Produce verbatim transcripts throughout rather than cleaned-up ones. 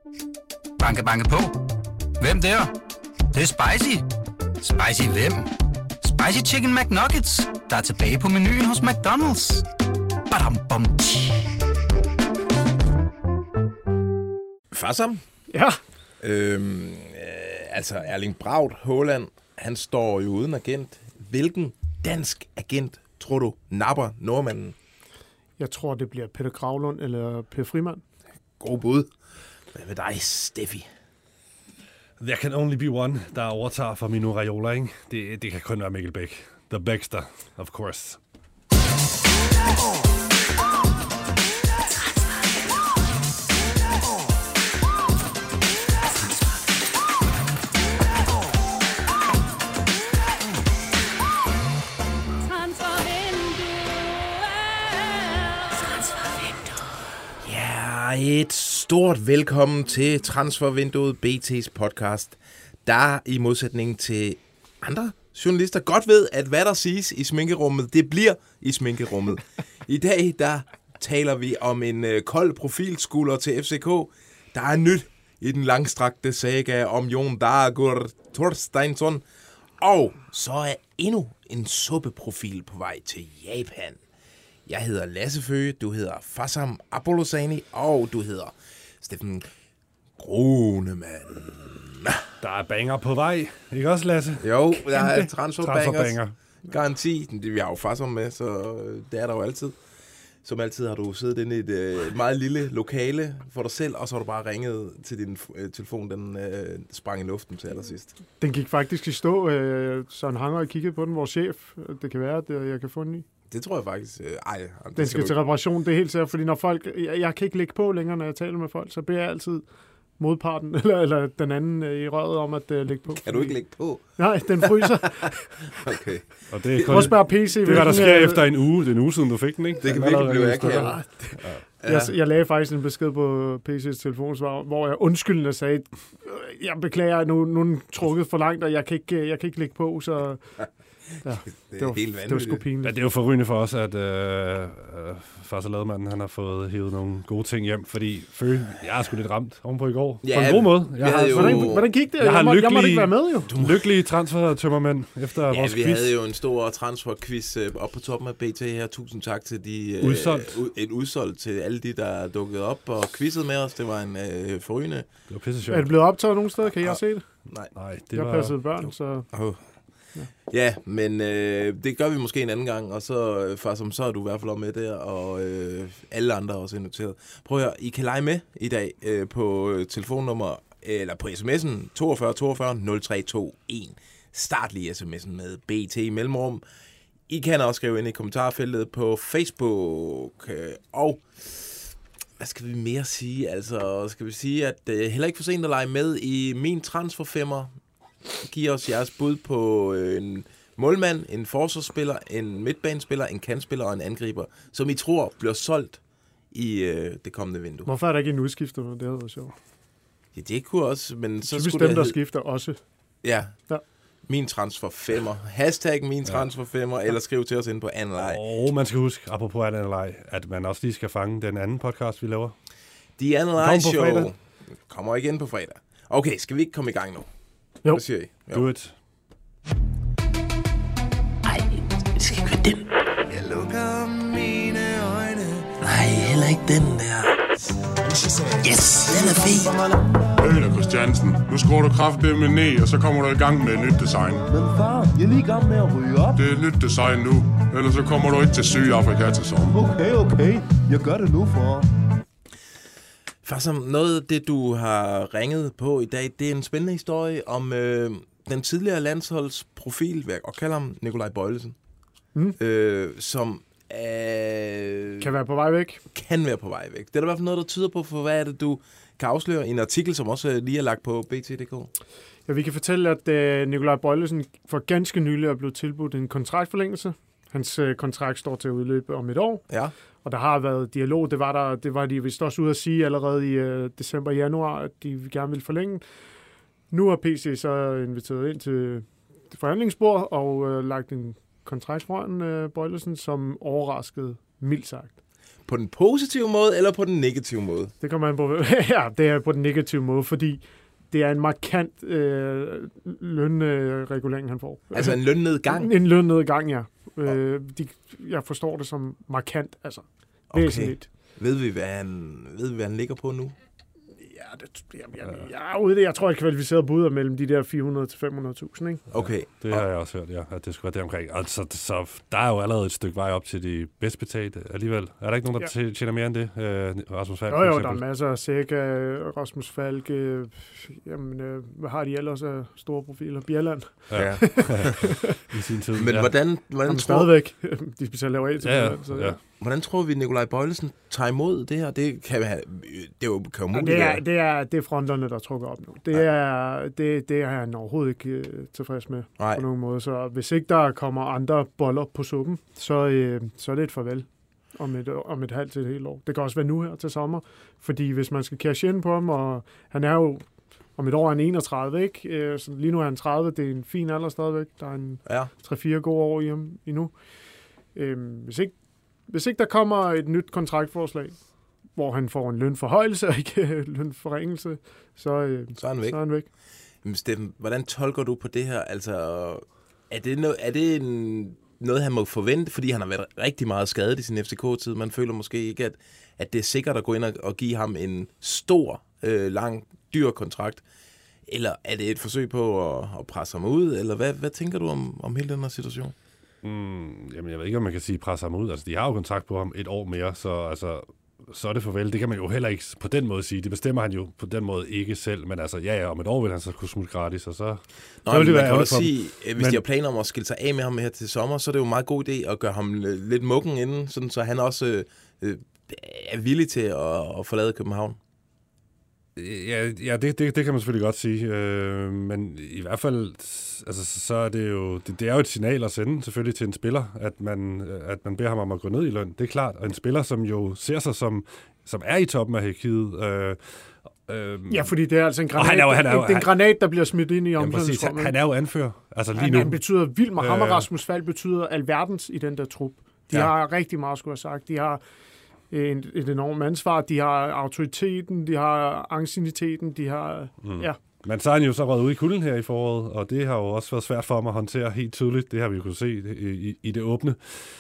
Banke, banke på. Hvem der? Det, det er spicy. Spicy hvem? Spicy Chicken McNuggets, der er tilbage på menuen hos McDonald's. Badum, bom, Farsam? Ja. Øhm, øh, altså Erling Braut Haaland, han står jo uden agent. Hvilken dansk agent tror du napper nordmanden? Jeg tror, det bliver Peter Gravlund eller Per Frimand. God bud. Hvad med dig, Steffi? There can only be one, der overtager for Mino Raiola, ikke? Det, det kan kun være Mikkel Bæk. The Bækster, of course. Et stort velkommen til Transfervinduet, B T's podcast, der i modsætning til andre journalister godt ved, at hvad der siges i sminkerummet, det bliver i sminkerummet. I dag, der taler vi om en øh, kold profilskulder til F C K. Der er nyt i den langstrakte saga om Jon Dagur Torsteinsson. Og så er endnu en suppeprofil på vej til Japan. Jeg hedder Lasse Føge, du hedder Farsam Abolosani, og du hedder Steffen Grunemann. Der er banger på vej, ikke også, Lasse? Jo, der er transferbangers. Transferbanger. Garanti. Vi har jo Farsam med, så det er der jo altid. Som altid har du siddet inde i et, et meget lille lokale for dig selv, og så har du bare ringet til din uh, telefon, den uh, sprang i luften til allersidst. Den gik faktisk i stå. Øh, Søren Hanger og kiggede på den, vores chef. Det kan være, at jeg kan få den ny. Det tror jeg faktisk. Ej, det den skal, skal til du... reparation, det er helt sikkert, fordi når folk, jeg, jeg kan ikke lægge på længere, når jeg taler med folk, så beder jeg altid modparten, eller, eller den anden uh, i røret om at uh, lægge på. Kan du ikke lægge på? Nej, den fryser. Okay. Og det er kun... Prøv at spørge P C. Det er, hvad der sker uh, efter en uge. Det er en uge siden, du fik den, ikke? Det kan virkelig blive akavet. Ja. Jeg, jeg lagde faktisk en besked på P C's telefonsvar, hvor jeg undskyldende sagde, jeg beklager, nu, nu er trukket for langt, og jeg kan ikke, jeg kan ikke lægge på, så... Ja, det, det, var, helt det var sgu pinligt. Ja, det er jo forrygende for os, at øh, øh, Farsa Lademanden, han har fået hævet nogle gode ting hjem, fordi føl, jeg er sgu lidt ramt ovenpå i går. Ja, på en god måde. Jeg har, jo... hvordan, hvordan gik det? Jeg, jeg, jeg, må, lykkelig, jeg måtte ikke være med, jo. Du... Lykkelige transfer-tømmermænd efter ja, vores vi quiz. havde jo en stor transfer-quiz øh, op på toppen af B T her. Tusind tak til de... Øh, udsolgt. Uh, en udsolgt til alle de, der dukkede op og quizzede med os. Det var en øh, forrygende. Det var pisse sjovt. Er det blevet optaget nogen steder? Kan jeg se det? Nej. Nej, det jeg var... passede børn, så... Oh. Ja. ja, men øh, det gør vi måske en anden gang, og så, øh, far, som så er du i hvert fald med der, og øh, alle andre er også inviteret. Prøv at høre, I kan lege med i dag øh, på telefonnummer, eller på sms'en toogfyrre toogfyrre nul tre to en. Start lige sms'en med B T i mellemrum. I kan også skrive ind i kommentarfeltet på Facebook, øh, og hvad skal vi mere sige? Altså, skal vi sige, at det er heller ikke for sent at lege med i min transferfemmer. Giv os jeres bud på en målmand, en forsvarsspiller, en midtbanespiller, en kantspiller og en angriber, som I tror bliver solgt i øh, det kommende vindue. Hvorfor er der ikke en udskifter? Det havde været sjovt. Ja, det kunne også, men så typisk skulle dem, det... der skifter også. Ja. ja. Min transfer femmer. Hashtag min transfer femmer, eller skriv til os ind på Analej. Og man skal huske, apropos Analej, at man også lige skal fange den anden podcast, vi laver. The Analej Show kommer igen på fredag. Okay, skal vi ikke komme i gang nu? Jo. Hvad siger I? Jo. Do it. Ej, det skal ikke være den. Jeg lukker mine øjne. Nej, heller ikke den der. Yes, den er fed. Øler Christiansen, nu skruer du kraftedeme ned, og så kommer du i gang med et nyt design. Men far, jeg er lige i gang med at ryge op. Det er et nyt design nu, ellers så kommer du ikke til Sydafrika til sommer. Okay, okay. Jeg gør det nu, far. Farsam, noget af det, du har ringet på i dag, det er en spændende historie om øh, den tidligere landsholdsprofil, hvad jeg kalder ham, Nikolaj Bøjlesen, mm. øh, som øh, kan være på vej væk. Kan være på vej væk. Det er der i hvert fald noget, der tyder på, for hvad er det, du kan afsløre i en artikel, som også lige er lagt på B T punktum d k. Ja, vi kan fortælle, at øh, Nikolaj Bøjlesen for ganske nylig er blevet tilbudt en kontraktforlængelse. Hans øh, kontrakt står til at udløbe om et år. Ja. Og der har været dialog. Det var, der, det var de vist også ude at sige allerede i øh, december-januar, at de gerne ville forlænge. Nu har P C så inviteret ind til forhandlingsbord og øh, lagt en kontrakt foran øh, Bøjlesen, som overraskede mildt sagt. på den positive måde, eller på den negative måde? Det kommer an på. Ja, det er på den negative måde, fordi det er en markant øh, lønregulering, han får. Altså en lønnedgang? En lønnedgang, ja. Øh, de, jeg forstår det som markant, altså. Okay. Væsentligt. Ved vi, hvad han, ved vi, hvad han ligger på nu? Ja, det, jeg, jeg, jeg, er ude det. Jeg tror, at kvalificeret bud er mellem de der fire hundrede til fem hundrede tusind, ikke? Okay. Det har jeg også hørt, ja, at det skulle være det omkring. Altså, så der er jo allerede et stykke vej op til de bedst betalte alligevel. Er der ikke nogen, der ja. tjener mere end det, øh, Rasmus Falk? Jo, jo, der er masser af Sækker, Rasmus Falk, øh, jamen, øh, hvad har de ellers af store profiler? Bjelland. Ja. I sin tid. Men ja. hvordan... hvordan tror... Stadigvæk. De specielt laver af til ja, ja. Bjelland, så, ja. ja. Hvordan tror vi, Nikolaj Boilesen tager imod det her? Det kan, have, det jo, kan jo muligt ja, det, er, være. det, er, det er fronterne, der trukker op nu. Det, ja. er, det, det er han overhovedet ikke uh, tilfreds med Nej. på nogen måde. Så hvis ikke der kommer andre boller på suppen, så, uh, så er det et farvel om et, om et halvt til et helt år. Det kan også være nu her til sommer. Fordi hvis man skal cash ind på ham, og han er jo om et år er han enogtredive, ikke? Uh, så lige nu er han tredive. Det er en fin alder stadigvæk. Der er en ja. tre fire gode år i ham endnu. Uh, hvis ikke Hvis ikke der kommer et nyt kontraktforslag, hvor han får en lønforhøjelse og ikke lønforringelse, så, øh, så er han væk. Så er han væk. Men Steffen, hvordan tolker du på det her? Altså, er det, no- er det en, noget, han må forvente, fordi han har været rigtig meget skadet i sin F C K-tid? Man føler måske ikke, at, at det er sikkert at gå ind og, og give ham en stor, øh, lang, dyr kontrakt. Eller er det et forsøg på at, at presse ham ud? Eller hvad, hvad tænker du om, om hele den her situation? Mm, jamen, jeg ved ikke, om man kan sige presse ham ud. Altså, de har jo kontrakt på ham et år mere, så, altså, så er det farvel. Det kan man jo heller ikke på den måde sige. Det bestemmer han jo på den måde ikke selv, men altså, ja, ja, om et år vil han så kunne smutte gratis, og så... Nå, så vil det være man kan også sige, hvis men... de har planer om at skille sig af med ham her til sommer, så er det jo en meget god idé at gøre ham lidt muggen inden, sådan, så han også øh, er villig til at, at forlade København. Ja, ja det, det, det kan man selvfølgelig godt sige, øh, men i hvert fald, altså, så er det jo, det, det er jo et signal at sende selvfølgelig til en spiller, at man, at man beder ham om at gå ned i løn. Det er klart, og en spiller, som jo ser sig som, som er i toppen af hierarkiet. Øh, øh, ja, fordi det er altså en granat, han er jo, han er jo, det er en granat, der bliver smidt ind i omklædningsrummet. Han, han er jo anfører, altså lige han, nu. Han betyder vildt meget. Ham og Rasmus Falk betyder alverdens i den der trup. De ja. har rigtig meget, skulle jeg have sagt. De har En, et enormt ansvar. De har autoriteten, de har ancienniteten, de har... Mm. Ja. Men så er han jo så røget ud i kulden her i foråret, og det har jo også været svært for ham at håndtere helt tydeligt. Det har vi jo kunne se i, i, i det åbne.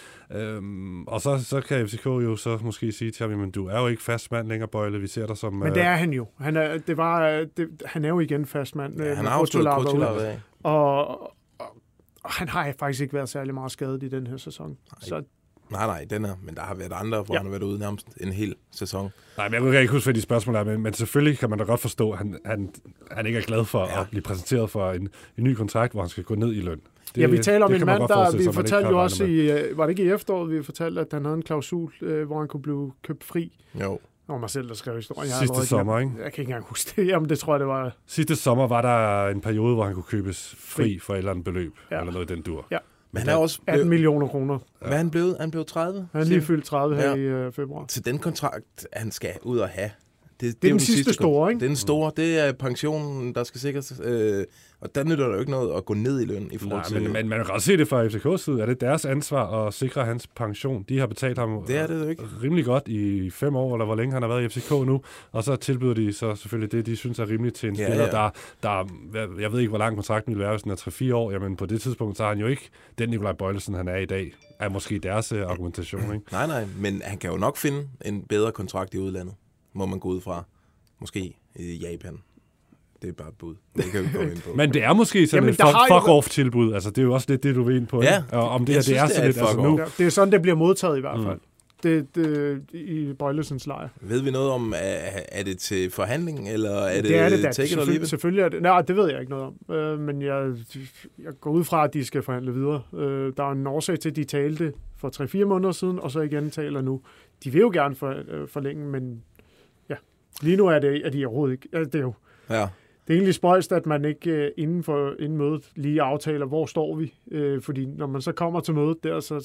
Øhm, og så, så kan F C K jo så måske sige til ham, men du er jo ikke fast mand længere, Bøjle. Vi ser dig som... Men det er han jo. Han er, det var, det, han er jo igen fast mand. Ja, han har afslået Krutulava af. Og, og, og han har faktisk ikke været særlig meget skadet i den her sæson. Nej. Så Nej, nej, den er, men der har været andre, hvor ja. han har været ude nærmest en hel sæson. Nej, men jeg kan ikke huske, hvad de spørgsmål er, men, men selvfølgelig kan man da godt forstå, at han, han, han ikke er glad for ja. at blive præsenteret for en, en ny kontrakt, hvor han skal gå ned i løn. Det, ja, vi taler om en mand, der vi fortalte jo også i, var det ikke i efteråret, vi fortalte, at han havde en klausul, øh, hvor han kunne blive købt fri. Jo. Det var mig selv, der skrev historien. Sidste sommer, ikke? Jeg kan ikke engang huske det. Jamen, det tror jeg, det var... Sidste sommer var der en periode, hvor han kunne købes fri, fri. for et eller andet beløb, ja. eller noget i den dur. Ja. Men han er også blevet... atten millioner kroner. Hvad er han blevet? Han blev tredive? Han er lige fyldt tredive her ja. i uh, februar. Så den kontrakt, han skal ud og have, det, det, det er er den sidste, sidste store, ikke? Det er den store. Det er pensionen, der skal sikres. Øh, og der nytter der jo ikke noget at gå ned i løn i forhold Nej, til... Men, men man kan også se det fra F C K's side. Er det deres ansvar at sikre hans pension? De har betalt ham det er det jo ikke. rimelig godt i fem år, eller hvor længe han har været i F C K nu. Og så tilbyder de så selvfølgelig det, de synes er rimeligt til en ja, spiller, ja. Der, der... Jeg ved ikke, hvor lang kontrakten vil være, hvis den er tre fire år. Jamen på det tidspunkt, så er han jo ikke den Nikolaj Boilesen, han er i dag. Er måske deres uh, argumentation, ikke? Nej, nej. Men han kan jo nok finde en bedre kontrakt i udlandet. Må man gå ud fra. Måske i Japan. Det er bare et bud. Det kan vi komme ind på. Men det er måske sådan Jamen, et fuck-off-tilbud. Altså, det er jo også lidt det, du vil ind på. Ja. Og om det her, det er sådan lidt... Altså, nu. Ja, det er sådan, det bliver modtaget i hvert fald. Mm. Det, det, i Boilesens lejr. Ved vi noget om, er, er det til forhandling, eller er det, det, er det take it or leave it? Selvfølgelig er det. Nej, det ved jeg ikke noget om. Øh, men jeg, jeg går ud fra, at de skal forhandle videre. Øh, der er en årsag til, at de talte for tre fire måneder siden, og så igen taler nu. De vil jo gerne for, øh, forlænge, men ja, lige nu er det, er de overhovedet ikke. Altså, det er jo... Ja. Det er egentlig spøjst, at man ikke uh, inden for inden mødet lige aftaler, hvor står vi. Uh, fordi når man så kommer til mødet der, så,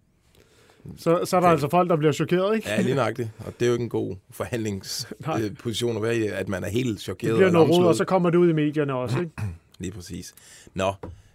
så, så er der ja. altså folk, der bliver chokeret, ikke? Ja, lige nøjagtigt. Og det er jo ikke en god forhandlingsposition at være i, at man er helt chokeret. Det bliver noget rod, og så kommer det ud i medierne også, ikke? Lige præcis. Nå,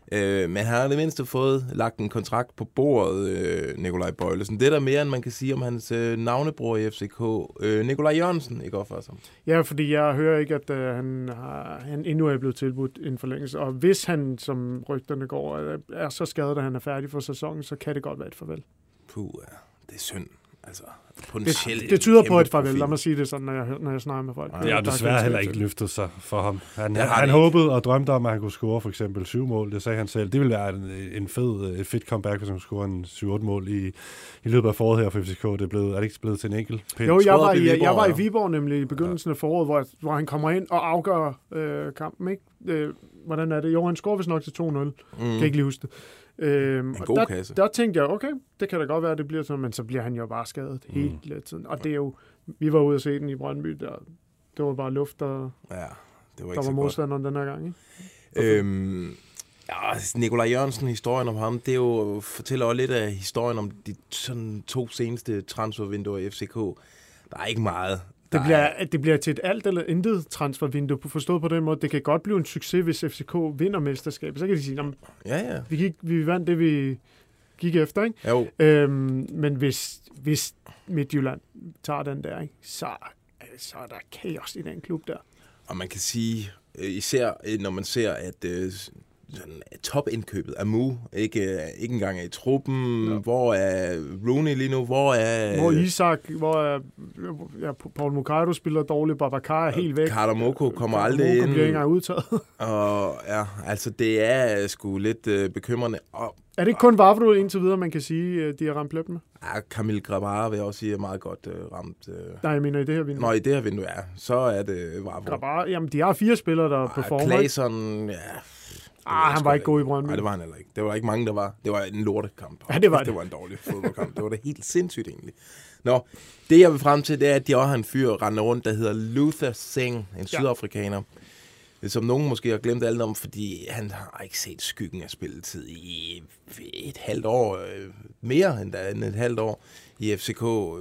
Øh, men han har det mindste fået lagt en kontrakt på bordet, øh, Nikolaj Bøjlesen. Det er der mere, end man kan sige om hans øh, navnebror i F C K, øh, Nikolaj Jørgensen, ikke godt for sig. Ja, fordi jeg hører ikke, at øh, han, har, han endnu er blevet tilbudt en forlængelse. Og hvis han, som rygterne går, er så skadet, at han er færdig for sæsonen, så kan det godt være et farvel. Puh, ja. Det er synd. Altså, det, det tyder på et farvel, lad mig sige det sådan, når jeg, når jeg snakker med folk. Ja, har desværre heller ikke løftet sig for ham. Han, han, han håbede og drømte om, at han kunne score for eksempel syv mål, det sagde han selv. Det ville være en, en fed, et fedt comeback, hvis han kunne score en syv otte mål i, i løbet af foråret her for F C K. Det er, blevet, er det ikke blevet til en enkelt pind? Jo, jeg var, i, Viborg, jeg var i Viborg nemlig i begyndelsen af foråret, hvor, hvor han kommer ind og afgør øh, kampen. Ikke? Øh, hvordan er det? Jo, han scorer vist nok til to nul. Mm. Kan ikke lige huske det. Øhm, en god der, kasse. Der tænkte jeg, okay, det kan da godt være, at det bliver sådan, men så bliver han jo bare skadet mm. hele tiden. Og det er jo, vi var ude at se den i Brøndby, der, det var bare luft, der, ja, det var, der var modstanderen den her gang. Ikke? Øhm, ja, Nikolaj Jørgensen, historien om ham, det er jo, fortæller også lidt af historien om de sådan, to seneste transfervinduer i F C K. Der er ikke meget. Det bliver, det bliver til et alt eller intet transfervindue, forstået på den måde. Det kan godt blive en succes, hvis F C K vinder mesterskabet. Så kan de sige, ja, ja. Vi, gik, vi vandt det, vi gik efter. Ikke? Jo. Øhm, men hvis, hvis Midtjylland tager den der, ikke, så, så er der kaos i den klub der. Og man kan sige, især når man ser, at sådan, topindkøbet af Mu ikke, ikke engang er i truppen. Ja. Hvor er Rooney lige nu? Hvor er... Hvor Isak, hvor er... Ja, Paul Mukairo spiller dårligt, Babacar er helt væk. Carter Moko kommer Carter aldrig Moko ind. bliver ikke engang udtaget. Og ja, altså det er sgu lidt øh, bekymrende. Og, er det ikke kun Vavro indtil videre, man kan sige, de har ramt plet med? Ja, Camille Grabara vil jeg også sige er meget godt øh, ramt. Øh. Nej, jeg mener i det her vindue. Nå, i det her vindue, ja. Så er det Vavro. Grabara, jamen de har fire spillere, der performer. Claesson, ja... Ah, han var ikke god i Brøndby. Nej, det var han heller ikke. Det var ikke mange, der var. Det var en lortekamp. Ja, det var det. Det var en dårlig fodboldkamp. Det var det helt sindssygt egentlig. Nå, det jeg vil frem til, det er, at de også har en fyr rende rundt, der hedder Luther Singh, en ja. sydafrikaner, som nogen måske har glemt alt om, fordi han har ikke set skyggen af spilletid i et halvt år, mere end et halvt år i F C K,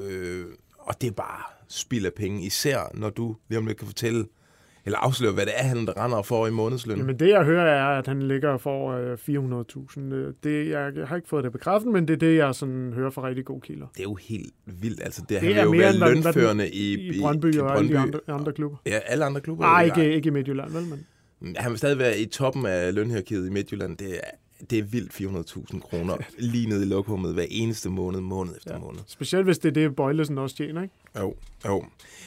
og det er bare spild af penge, især når du lige om lidt kan fortælle, eller afsløre, hvad det er, han der render og får i månedsløn. Jamen det, jeg hører, er, at han ligger og får øh, fire hundrede tusind. Det, jeg, jeg har ikke fået det bekræftet, men det er det, jeg sådan hører fra rigtig gode kilder. Det er jo helt vildt. Altså, det, det han er jo mere været lønførende i, i, i Brøndby og alle de andre, andre klubber. Ja, alle andre klubber. Nej, ikke, ikke i Midtjylland, vel? Men... Han vil stadig være i toppen af lønhierarkiet i Midtjylland. Det er, det er vildt fire hundrede tusind kroner lige ned i lokummet hver eneste måned, måned efter ja. måned. Specielt hvis det er det, Bøjlesen også tjener, ikke? Jo, jo.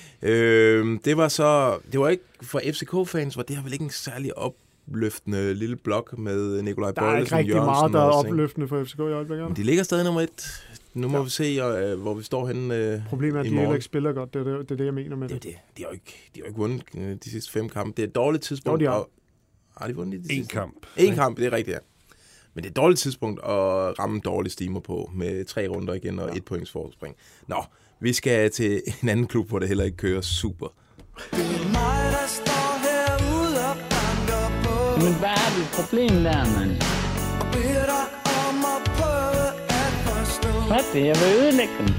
Øh, det var så, det var ikke for F C K-fans, var det her vel ikke en særlig opløftende lille blok med Nikolaj Bøjlesen, Jørgensen. Der er ikke rigtig meget, der er opløftende for F C K i øjeblikket. Men de ligger stadig nummer et. Nu må ja. vi se, uh, hvor vi står henne uh, Problemet er, at de heller ikke spiller godt. Det er det, det er det, jeg mener med det. Det er det. De har jo ikke, de har ikke vundet uh, de sidste fem kampe. Det er et dårligt tidspunkt. Jo, de har. Har de vundet de en sidste? kamp. En kamp, det er rigtigt, ja. Men det er et dårligt tidspunkt at ramme dårlige stimer på med tre runder igen og ja. et points forspring. Nå, vi skal til en anden klub, hvor det heller ikke kører super. Det er mig, der står herude og banker på. Men hvad er det problem der, mand? Og beder dig om at prøve at forstå. Hvad det? Jeg vil ødelægge dem.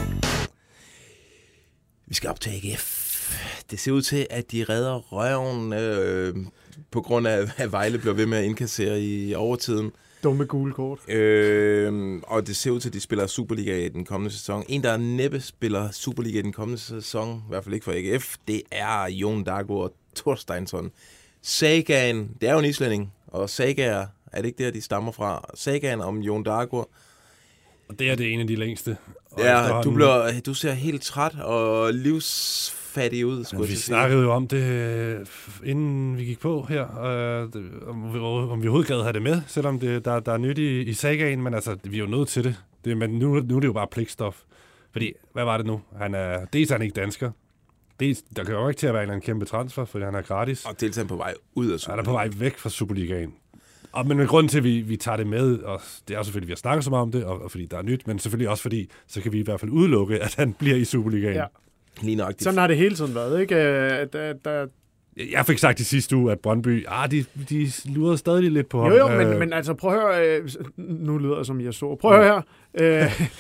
Vi skal optage A G F. Det ser ud til, at de redder røven øh, på grund af, at Vejle bliver ved med at indkassere i overtiden. Dumme gule kort. Øh, og det ser ud til, at de spiller Superliga i den kommende sæson. En, der næppe spiller Superliga i den kommende sæson, i hvert fald ikke for A G F, det er Jon Dagur og Thorsteinsson. Sagaen, det er jo en islænding, og sagaer, er det ikke der, de stammer fra? Sagaen om Jon Dagur. Og det er det en af de længste. Ja, du, bliver, du ser helt træt og livsfattig ud, skulle ja, vi snakkede jo om det, inden vi gik på her, øh, det, om, vi, om vi overhovedet gad have det med, selvom det, der, der er nyt i, i sagaen, men altså, vi er jo nødt til det. det men nu, nu er det jo bare pligtstof. Fordi, hvad var det nu? Han er, dels er han ikke dansker. Dels, der kan jo ikke til at være en eller anden kæmpe transfer, fordi han er gratis. Og dels er han på vej ud af Superligaen. Han er på vej væk fra Superligaen. Og, men grunden til, at vi, vi tager det med, og det er jo selvfølgelig, at vi har snakket så meget om det, og, og fordi der er nyt, men selvfølgelig også fordi, så kan vi i hvert fald udelukke, at han bliver i Superligaen. Ja. Lige nøjagtigt. Sådan har det hele tiden været, ikke? At, at, at, jeg fik sagt i sidste uge, at Brøndby, ah, de, de lurede stadig lidt på ham. Jo, jo, men, men altså prøv at høre, øh, nu lyder jeg som jeg så. Prøv at høre her. Øh,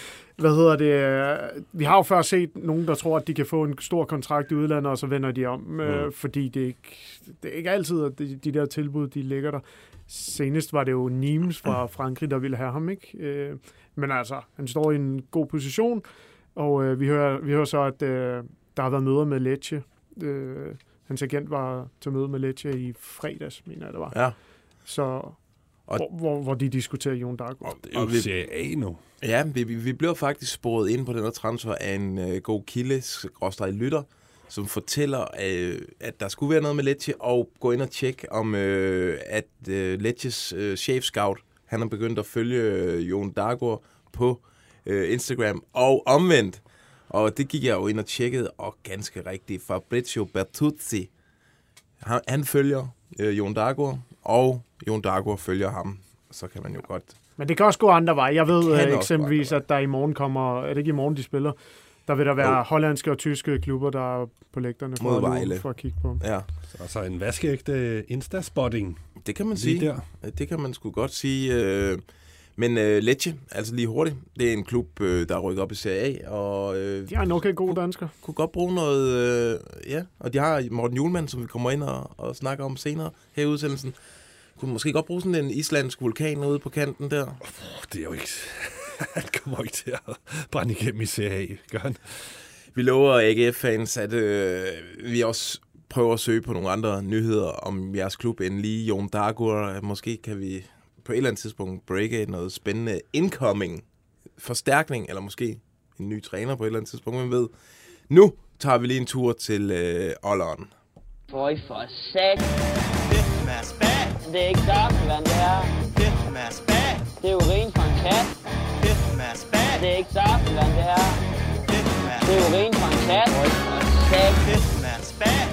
hvad hedder det? Vi har jo før set nogen, der tror, at de kan få en stor kontrakt i udlandet, og så vender de om, mm. øh, fordi det er, ikke, det er ikke altid, at de, de der tilbud, de ligger der. Senest var det jo Nimes fra Frankrig, der ville have ham, ikke? Øh, men altså, han står i en god position, og øh, vi, hører, vi hører så, at øh, der har været møder med Lecce. Øh, hans agent var til møde med Lecce i fredags, mener jeg, det var. Ja. Så, og, hvor, hvor, hvor de diskuterer Jon Dago. Og det er jo Serie A nu. Ja, vi, vi, vi blev faktisk sporet ind på den her transfer af en øh, god kilde, skråstreg lytter, som fortæller, øh, at der skulle være noget med Lecce, og gå ind og tjekke, om øh, at øh, Lecces øh, chef scout, han har begyndt at følge øh, Jon Dago på øh, Instagram, og omvendt. Og det gik jeg jo ind og tjekkede, og ganske rigtigt, Fabrizio Bertuzzi, han, han følger øh, Jon Dago, og Jon Dago følger ham. Så kan man jo godt... Men det kan også gå andre veje. Jeg ved Kan uh, eksempelvis, godt, at der i morgen kommer... Er det ikke i morgen, de spiller? Der vil der være oh. hollandske og tyske klubber, der er på lægterne Mod for, Vejle. for at kigge på. Ja. Så, så en vaskeægte Insta-spotting. Det kan man Lige sige. der. Det kan man sgu godt sige. Øh, men øh, Lecce, altså lige hurtigt, det er en klub, øh, der rykker op i Serie A, og øh, De er en okay god dansker. kunne godt bruge noget, øh, ja, og de har Morten Hjulmand, som vi kommer ind og, og snakker om senere her i udsendelsen. Kunne måske godt bruge sådan en islandsk vulkan ude på kanten der. Oh, det er jo ikke... Han kommer ikke til at brænde igennem i Serie A, gør han? Vi lover A G F-fans, at øh, vi også prøver at søge på nogle andre nyheder om jeres klub end lige Jon Dago. Måske kan vi på et eller andet tidspunkt breake noget spændende incoming forstærkning, eller måske en ny træner på et eller andet tidspunkt, man ved. Nu tager vi lige en tur til øh, Olleren. Føj for sat. Fedt med spag. Det er ikke saftevand, det her. Fedt med spag. Det er urin fra en kat. Fedt med spag. Det er ikke saftevand, det her. Fedt med Det er urin fra en kat. Føj for sat. Fedt med spag.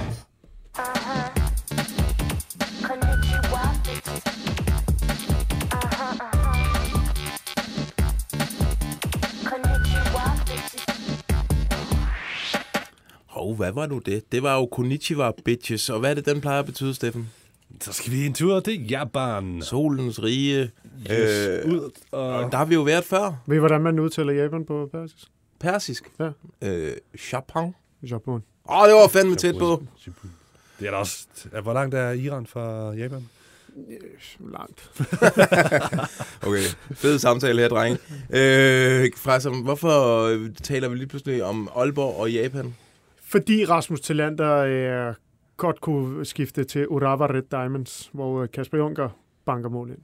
Hov, hvad var nu det? Det var jo konnichiwa, bitches. Og hvad er det, den plejer at betyde, Steffen? Så skal vi en tur til Japan. Solens rige. Yes. Øh, Ud og... og der har vi jo været før. Ved I, hvordan man udtaler Japan på persisk? Persisk. Ja. Øh, Japan. Japan. Åh, oh, det var fandme tæt på. Det er da også... Hvor langt er Iran fra Japan? Langt. Okay, fed samtale her, drenge. Øh, Frederik, hvorfor taler vi lige pludselig om Aalborg og Japan? Fordi Rasmus Tillander øh, godt kunne skifte til Urawa Red Diamonds, hvor Kasper Junker banker mål ind.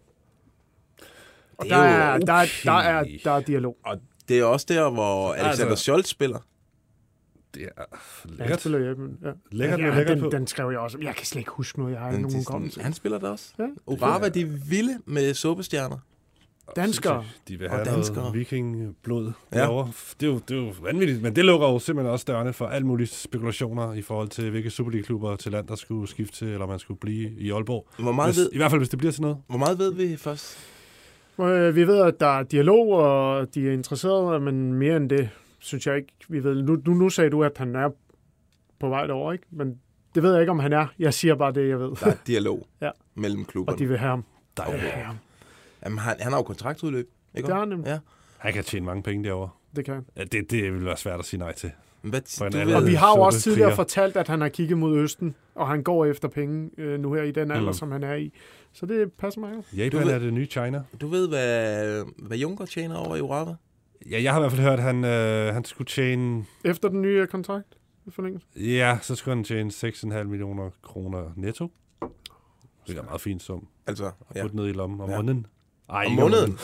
Og Det der er jo er, der, er, der, er, okay. der er dialog. Og det er også der, hvor Alexander Altså- Scholz spiller. Det er Ja, han lækkert. spiller i Japan. Ja. Lækkert med ja, lækkert den, på. den skrev jeg også. Jeg kan slet ikke huske noget. Jeg har ikke Han, nogen de, hukommelse. han spiller der også. Ja. Urawa, de er vilde med såbestjerner. Danskere. De vil Og have danskere. noget vikingblod Ja. derovre. Det er, jo, det er jo vanvittigt, men det lukker jo simpelthen også dørene for alle mulige spekulationer i forhold til, hvilke Superliga-klubber til land, der skulle skifte til, eller man skulle blive i Aalborg. Hvor meget, Hvis, ved, I hvert fald, hvis det bliver sådan noget. hvor meget ved vi først? Øh, Vi ved, at der er dialog, og de er interesserede, men mere end det, synes jeg ikke, vi ved. Nu, nu, nu sagde du, at han er på vej derover, ikke? Men det ved jeg ikke, om han er. Jeg siger bare det, jeg ved. Der er dialog Ja. mellem Og klubberne. de vil have ham. Der De vil have ham. Jamen, han, han har jo kontraktudløb. Ikke? Det har han nemlig. Ja. Han kan tjene mange penge derovre. Det kan han. Ja, det, det vil være svært at sige nej til. Men Hvad, For en du alder. ved, Og vi har jo Suppe også tidligere kriger. fortalt, at han har kigget mod Østen, og han går efter penge øh, nu her i den alder, Mm. som han er i. Så det passer mig jo. Japan Du ved- er det nye China. du ved hvad, hvad Junker tjener over i Urawa? Ja, jeg har i hvert fald hørt, at han, øh, han skulle tjene... Efter den nye kontrakt forlænget. Ja, så skulle han tjene seks komma fem millioner kroner netto. Det er en meget fin sum. Altså, Ja. ja. Putte ned i lommen om Ja. måneden. Ej, Om ikke måneden?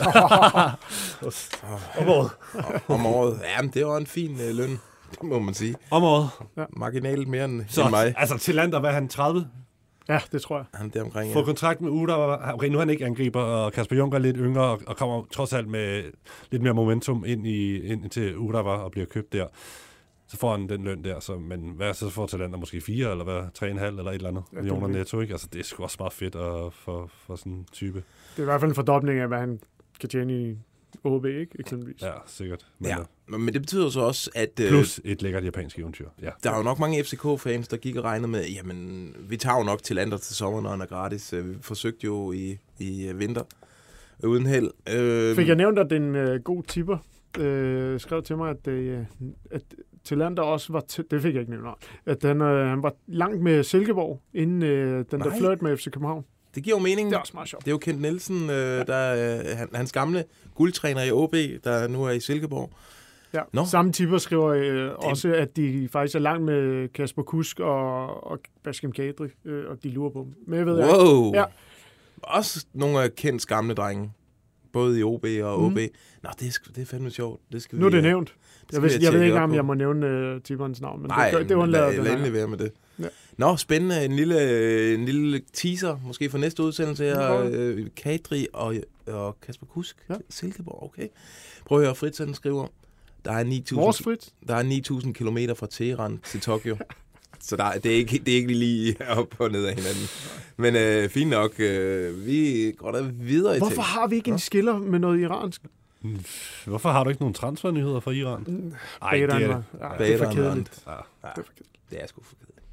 Om året. Om året. Jamen, det var en fin øh, løn, det må man sige. Om året. Marginalt mere end, Så, end mig. altså til Lander, hvad er han, tredive? Ja, det tror jeg. Han der omkring, Få ja. kontrakt med Uda, okay, nu er han ikke angriber, og Kasper Junker er lidt yngre, og, og kommer trods alt med lidt mere momentum ind, i, ind til Uda og bliver købt der. Så får han den løn der, så, men hvad så får Talander måske fire, eller hvad, tre og en halv, eller et eller andet Ja, det millioner er det. netto, ikke? Altså, det er sgu også meget fedt at, for, for sådan en type. Det er i hvert fald en fordobling af, hvad han kan tjene i O B, ikke? Eksempelvis. Ja, sikkert. Men, Ja, ja. men det betyder jo så også, at øh, Plus et lækkert japansk eventyr. Ja. der er jo nok mange F C K-fans, der gik og regnede med, jamen, vi tager jo nok til Lander til sommer, når han er gratis. Øh, Vi forsøgte jo i, i øh, vinter uden held. Øh, Fik jeg nævnt, at det er en øh, god tipper? øh, skrev til mig, at, øh, at Tillander også var, t- det fik jeg ikke nævnt, at han, øh, han var langt med Silkeborg, inden øh, den Nej. der flirt med F C København. Det giver jo mening. Det er også meget sjovt. Det er jo Kent Nielsen, øh, der øh, han, hans gamle guldtræner i O B, der nu er i Silkeborg. Ja. Nå. Samme tipper skriver øh, også, at de faktisk er langt med Kasper Kusk og, og Baskem Kadri, øh, og de lurer på dem. Men jeg ved Wow! ikke. Ja. Også nogle af Kents gamle drenge. Både i O B og O B. Mhm. Nå, det er, sgu- det er fandme sjovt. Det skal Nu er vi, det øh, nævnt. det Jeg, skal ved, vi jeg have ved ikke tjekket engang, om op jeg på. må nævne uh, tipperens navn, men Nej, det, det, det undlader lad, den lad her. endelig være med det. Ja. Nå, spændende. En lille, en lille teaser, måske for næste udsendelse her. Ja. Øh, Kadri og, og Kasper Kusk. Ja. Silkeborg, okay. Prøv at høre, Fritzen skriver, der er ni tusind Vores Frit. der er ni tusind kilometer fra Teheran til Tokyo. Så der, det, er ikke, det er ikke lige op og ned af hinanden. Men øh, fint nok. Øh, vi går da videre i Hvorfor ting. har vi ikke en skiller med noget iransk? Hvorfor har du ikke nogen transfernyheder fra Iran? Ej, det er Baderen det. var- Ja, det er for Baderen kedeligt. Ja. Ja, Det er for kedeligt. det er sgu for kedeligt.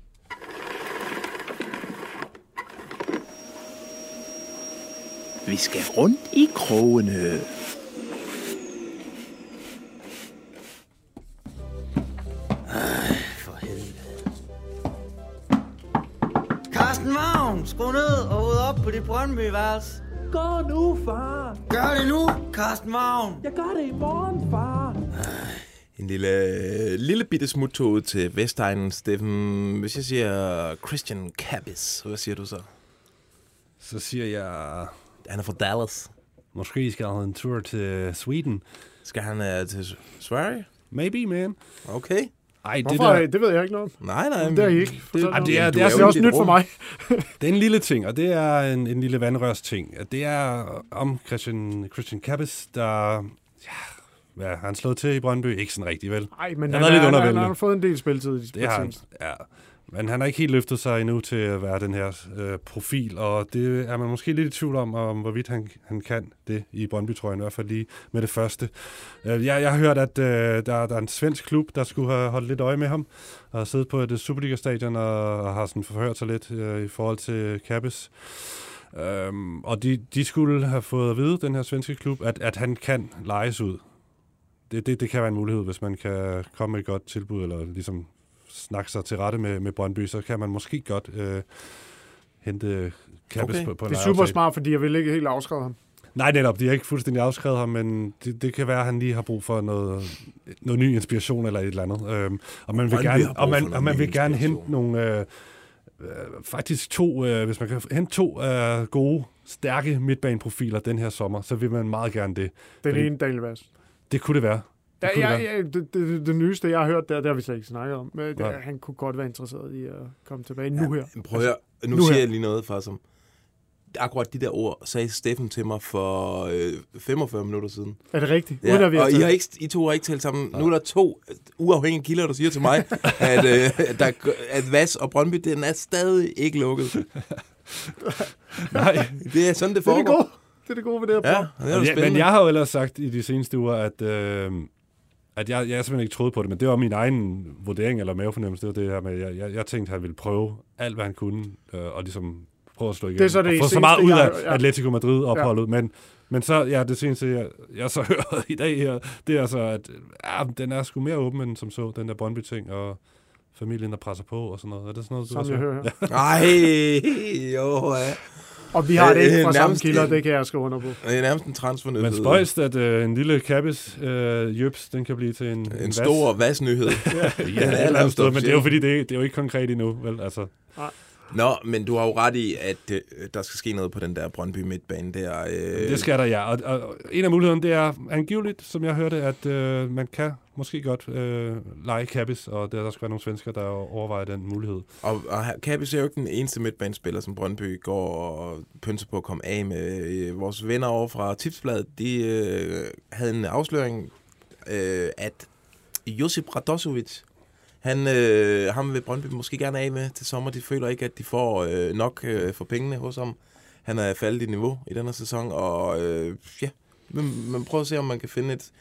Vi skal rundt i krogene. For helvede. Carsten Vagn, skru ned og ud op på dit Brøndby-værelse. Gå nu, far. Gør det nu, Carsten Vagn. Jeg gør det i morgen, far. En lille, lille bitte smuttog til Vestegnen, Steffen. Hvis jeg siger Christian Kappes, hvad siger du så? Så siger jeg, Han er fra Dallas. måske skal han have en tur til Sweden. Skal han uh, til Sverige? Maybe, man. Okay. Ej, det, Hvorfor? der, Det, det ved jeg ikke noget om. Nej, nej. Det er I ikke. Fortæl Ej, mig det er- om. det er det er jo også i dit nyt for rum. mig. det er en lille ting, og det er en, en lille vandrørs ting. Det er om Christian, Christian Kappes, der... Ja, hvad har han slået til i Brøndby? Ikke sådan rigtigt, vel? Nej, men har han, været lidt er- han, han, undervældende. har fået en del spilletid i Det har han, ja. Men han har ikke helt løftet sig endnu til at være den her øh, profil, og det er man måske lidt i tvivl om, om hvorvidt han, han kan det i Brøndby-trøjen, i hvert fald lige med det første. Øh, jeg, jeg har hørt, at øh, der, der er en svensk klub, der skulle have holdt lidt øje med ham, og har siddet på et Superliga-stadion og, og har sådan forhørt sig lidt øh, i forhold til Kappes. Øhm, og de, de skulle have fået at vide, den her svenske klub, at, at han kan lejes ud. Det, det, det kan være en mulighed, hvis man kan komme med et godt tilbud, eller ligesom snakke sig til rette med, med Brøndby, så kan man måske godt øh, hente Kappes Okay. på, på en Det er super lejeaftale. smart, fordi jeg vil ikke helt afskrive ham. Nej, netop. De har ikke fuldstændig afskrevet ham, men det, det kan være, at han lige har brug for noget, noget ny inspiration eller et eller andet. Øhm, og man vil Brøndby gerne, har brug og for man, noget og man ny vil gerne inspiration. hente nogle... Øh, øh, faktisk to, øh, hvis man kan hente to øh, gode, stærke midtbaneprofiler den her sommer, så vil man meget gerne det. Den Fordi- ene Daniel Vass. Det kunne det være. Det Ja, kunne det ja, være. ja, det, det, det, det nyeste, jeg har hørt, der, det har vi slet ikke snakket om. Men det, Nej. han kunne godt være interesseret i at komme tilbage nu her. Prøv at høre. Nu, Nu siger her. jeg lige noget, far, som... Akkurat de der ord sagde Steffen til mig for øh, femogfyrre minutter siden. Er det rigtigt? Ja, Uden at vi har og I, taget- har ikke, I to har ikke talt sammen. Nu er der to uafhængige kilder, der siger til mig, at, øh, at, der, at Vas og Brøndby, den er stadig ikke lukket. Nej. Det er sådan, det Det er foregår. det gode. Det er det gode ved det her. Ja, program. det er jo Ja, spændende. men jeg har jo ellers sagt i de seneste uger, at, øh, at jeg, jeg simpelthen ikke troede på det, men det var min egen vurdering eller mavefornemmelse. Det var det her med, jeg, jeg, jeg tænkte, at han ville prøve alt, hvad han kunne, øh, og ligesom prøve at slå igennem. Det er så det og få så seneste, meget ud jeg af har- ja. Atletico Madrid-opholdet. Ja. Men, men så, ja, det seneste, jeg, jeg så hører i dag her, det er så, at ja, den er sgu mere åben, end som så, den der Brøndby-ting, og familien, der presser på og sådan noget. Er det sådan noget, du Som også jeg hører? hører her. Ej, jo, ja. Og vi har det ikke Øh, fra samme nærmest kilder, en- det kan jeg skrive under på. Det er nærmest en transfernyhed. Men spøjst, at øh, en lille Kappes øh, jøbs, den kan blive til en, en, En vas. stor Vas-nyhed. Ja, Den er et eller andet nærmest sted, men det er jo officiel. fordi, det er, det er jo ikke konkret endnu, vel? Altså, Nå, men du har jo ret i, at øh, der skal ske noget på den der Brøndby midtbane der. Øh, det skal der, ja. Og, og en af mulighederne, det er angiveligt, som jeg hørte, at øh, man kan måske godt øh, lege Kappes, og der, der skal være nogle svensker, der overvejer den mulighed. Og, og Kappes er jo ikke den eneste midtbanespiller, som Brøndby går og pynser på at komme af med. Øh, Vores venner over fra Tipsbladet, de øh, havde en afsløring, øh, at Josip Radosovic, han, øh, ham vil Brøndby måske gerne af med til sommer. De føler ikke, at de får øh, nok øh, for pengene hos ham. Han er faldet i niveau i denne sæson, og øh, ja, man, man prøver at se, om man kan finde et,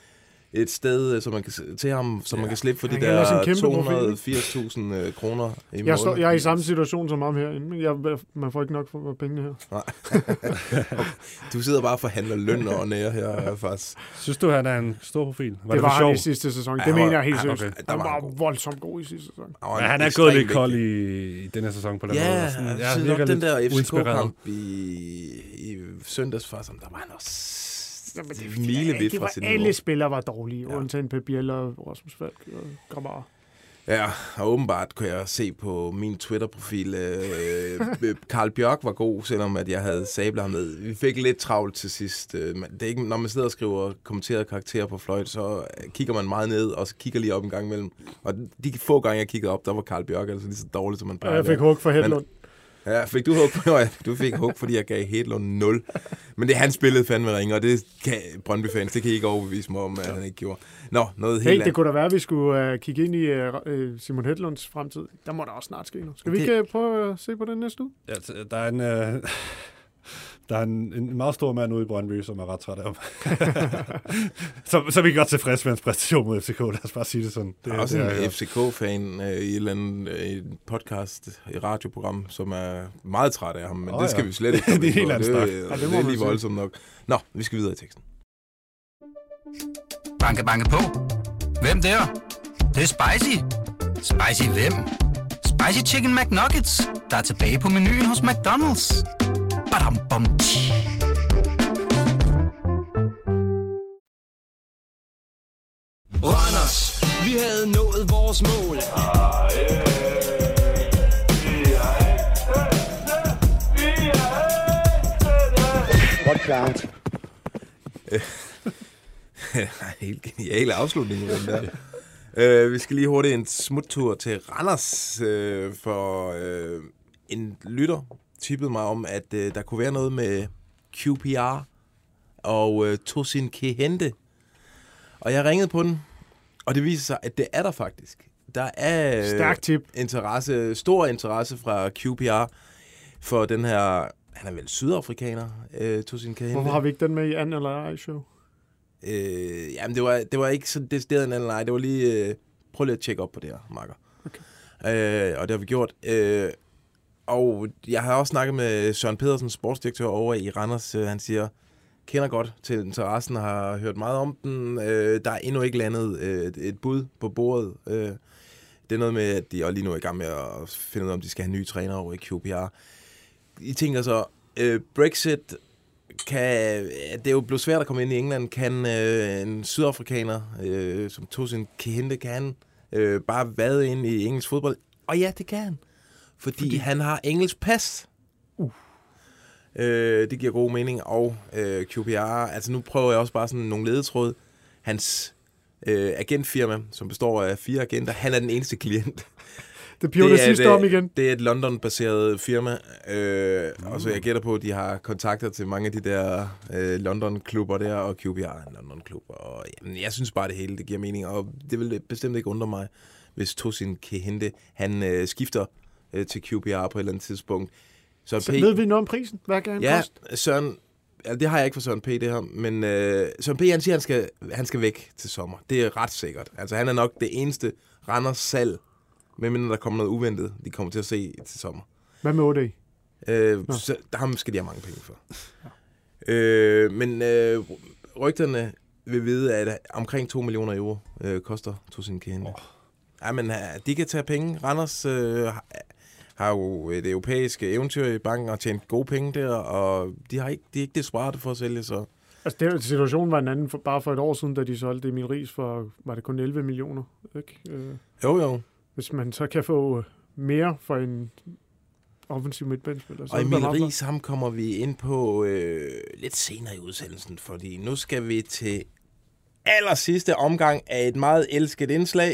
et sted, så man kan, til ham, så man kan slippe for de Han kan ellers en der kæmpe to hundrede og firs tusind øh, kroner i måneden. Jeg, står, jeg er i samme situation som ham herinde, men jeg, man får ikke nok for pengene her. Nej. Du sidder bare og forhandler løn og nære her, faktisk. Synes du, han er en stor profil? Var det, det var han sjov? I sidste sæson. Det ja, mener var, jeg helt seriøst. Okay. Han var, var voldsomt god i sidste sæson. Ja, han er gået lidt kold i, i den her sæson på den ja, måde. Sådan, jeg jeg synes nok den der F C K-kamp i, i søndags, faktisk, der var han også ja, men det, milevidt det fra var, sin alle niveau. spillere var dårlige, ja. Undtagen Pep Biel og Rasmus Falk og Grammar. Ja, og åbenbart kunne jeg se på min Twitter-profil, øh, Carl Bjørk var god, selvom at jeg havde sablet ham med. Vi fik lidt travlt til sidst. Det er ikke, når man sidder og skriver kommenterede karakterer på fløjt, så kigger man meget ned, og så kigger lige op en gang imellem. Og de få gange, jeg kiggede op, der var Carl Bjørk altså lige så dårligt, som man plejer. Ja, jeg fik hug for Hedlund. Ja, fik du hug på? Du fik hug, fordi jeg gav Hedlund nul. Men det han spillede fandme ringe, og det kan Brøndby-fans, det kan I ikke overbevise mig om, at han ikke gjorde. Nå, noget helt hey, det kunne da være, at vi skulle uh, kigge ind i uh, Simon Hedlunds fremtid. Der må der også snart ske noget. Skal vi ikke uh, prøve at se på den næste uge? Ja, der er en... Uh... Der er en, en meget stor mand ude i Brøndby, som er ret træt af ham. så, så er vi godt tilfredse med hans præstation mod F C K. Lad os bare sige det sådan. Det er også det, en F C K-fan øh, i et eller andet øh, podcast, et radioprogram, som er meget træt af ham, men oh, det skal ja. vi slet ikke komme det er helt andet snak. Det, ja, det, det er lige voldsomt nok. Nå, vi skal videre i teksten. Banke, banke på. Hvem der? Det, det er spicy. Spicy hvem? Spicy Chicken McNuggets, der er tilbage på menuen hos McDonald's. Badum, bom, Randers, vi havde nået vores mål. What count? Helt genial afslutning med den der. uh, vi skal lige hurtigt en smuttur til Randers, uh, for uh, en lytter tippede mig om, at uh, der kunne være noget med Q P R og uh, Tosin Kehinde. Og jeg ringede på den, og det viser sig, at det er der faktisk. Der er Stærk tip. interesse, stor interesse fra Q P R for den her, han er vel sydafrikaner, uh, Tosin Kehinde. Hvorfor har vi ikke den med i anden eller ej show? Øh, jamen, det var, det var ikke så decideret en anden leg. Det var lige, øh, prøv lige at tjekke op på det her, Marker. Okay. Øh, og det har vi gjort. Øh, og jeg har også snakket med Søren Pedersen, sportsdirektør over i Randers. Øh, han siger, kender godt til interessen, har hørt meget om den. Øh, der er endnu ikke landet øh, et, et bud på bordet. Øh, det er noget med, at de er lige nu i gang med at finde ud af, om de skal have nye trænere over i Q P R. I tænker så, øh, Brexit... Kan, det er jo blevet svært at komme ind i England. Kan øh, en sydafrikaner, øh, som Tosin Kehinde, kan han øh, bare vade ind i engelsk fodbold? Og ja, det kan han. Fordi, fordi... han har engelsk pas. Uh. Øh, det giver god mening. Og øh, Q P R, altså nu prøver jeg også bare sådan nogle ledetråd. Hans øh, agentfirma, som består af fire agenter, han er den eneste klient. Det pjorde det sidste om igen. Det er et London-baseret firma, øh, mm. og så jeg gætter på, at de har kontakter til mange af de der øh, London-klubber der, og Q P R er en London-klub. Og jamen, jeg synes bare, det hele det giver mening, og det vil bestemt ikke undre mig, hvis Tosin Kehinde, han øh, skifter øh, til Q P R på et eller andet tidspunkt. Så, så P... ved vi noget om prisen? Hvad kan han ja, koste? Søren, altså, det har jeg ikke for Søren P. det her, men øh, Søren P. han siger, han skal, han skal væk til sommer. Det er ret sikkert. Altså, han er nok det eneste Randers salg, medmindre der kommer noget uventet, de kommer til at se til sommer. Hvad med O D? Øh, så, ham skal de have mange penge for. Ja. Øh, men øh, rygterne vil vide, at omkring to millioner euro øh, koster Tosin Kehinde. Oh. Ja, men de kan tage penge. Randers øh, har jo et europæisk eventyr i banken og tjent gode penge der, og de, har ikke, de er ikke desperate for at sælge, så... Altså, det, situationen var en anden for, bare for et år siden, da de solgte Emil Riis for, var det kun elleve millioner, ikke? Øh, jo, jo. Hvis man så kan få mere for en offensiv midtbanespiller. Og Emil Riis, ham kommer vi ind på øh, lidt senere i udsendelsen, fordi nu skal vi til aller sidste omgang af et meget elsket indslag.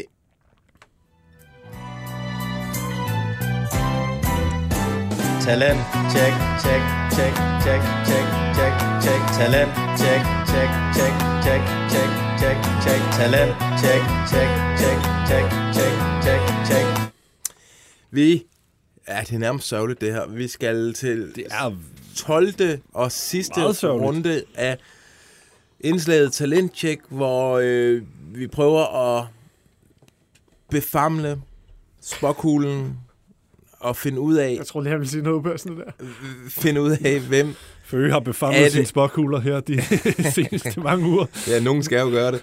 Talent, check, check, check, check, check, check, check. Talent, check, check, check, check, check, check, check. Talent, check, check, check, check, check, check, check. Vi, ja, det er nærmest sørgeligt det her. Vi skal til det er tolvte og sidste runde af indslaget Talentcheck, hvor øh, vi prøver at befamle spåkuglen og finde ud af... Jeg tror lige, jeg vil sige noget på sådan der. Finde ud af, hvem... Føge har befamlet sine spåkugler her de seneste mange uger. Ja, nogen skal jo gøre det.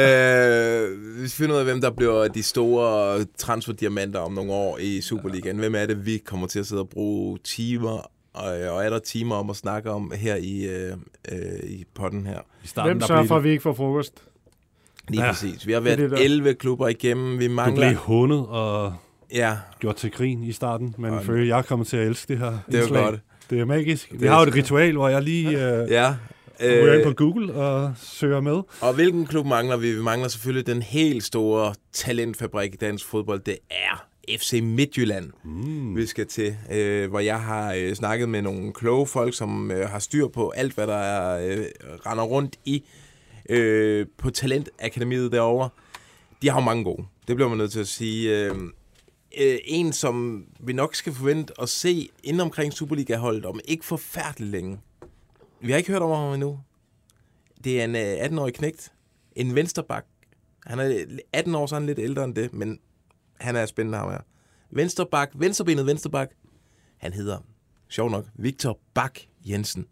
øh, vi finder ud af, hvem der bliver de store transferdiamanter om nogle år i Superligaen. Hvem er det, vi kommer til at sidde og bruge timer, og, og er der timer om at snakke om her i, øh, øh, i potten her. I starten, hvem sørger for, at vi ikke får frokost? Lige ja. præcis. Vi har været det det elleve klubber igennem. Vi mangler... Du blev hundet og ja. gjort til grin i starten, men og... Føge, jeg kommer til at elske det her Det er jo godt. Det er magisk. Det vi har jo et ritual, hvor jeg lige øh, ja. går ind på Google og søger med. Og hvilken klub mangler vi? Vi mangler selvfølgelig den helt store talentfabrik i dansk fodbold. Det er F C Midtjylland, mm. vi skal til. Øh, hvor jeg har øh, snakket med nogle kloge folk, som øh, har styr på alt, hvad der er, øh, render rundt i øh, på Talentakademiet derovre. De har jo mange gode. Det bliver man nødt til at sige. Øh, Øh, en, som vi nok skal forvente at se inden omkring Superliga-holdet om ikke forfærdeligt længe. Vi har ikke hørt om ham endnu. Det er en øh, atten-årig knægt. En vensterbak. Han er atten år, så han er lidt ældre end det, men han er spændende ham her. Vensterbak, venstrebenet vensterbak. Han hedder, sjov nok, Victor Bak Jensen.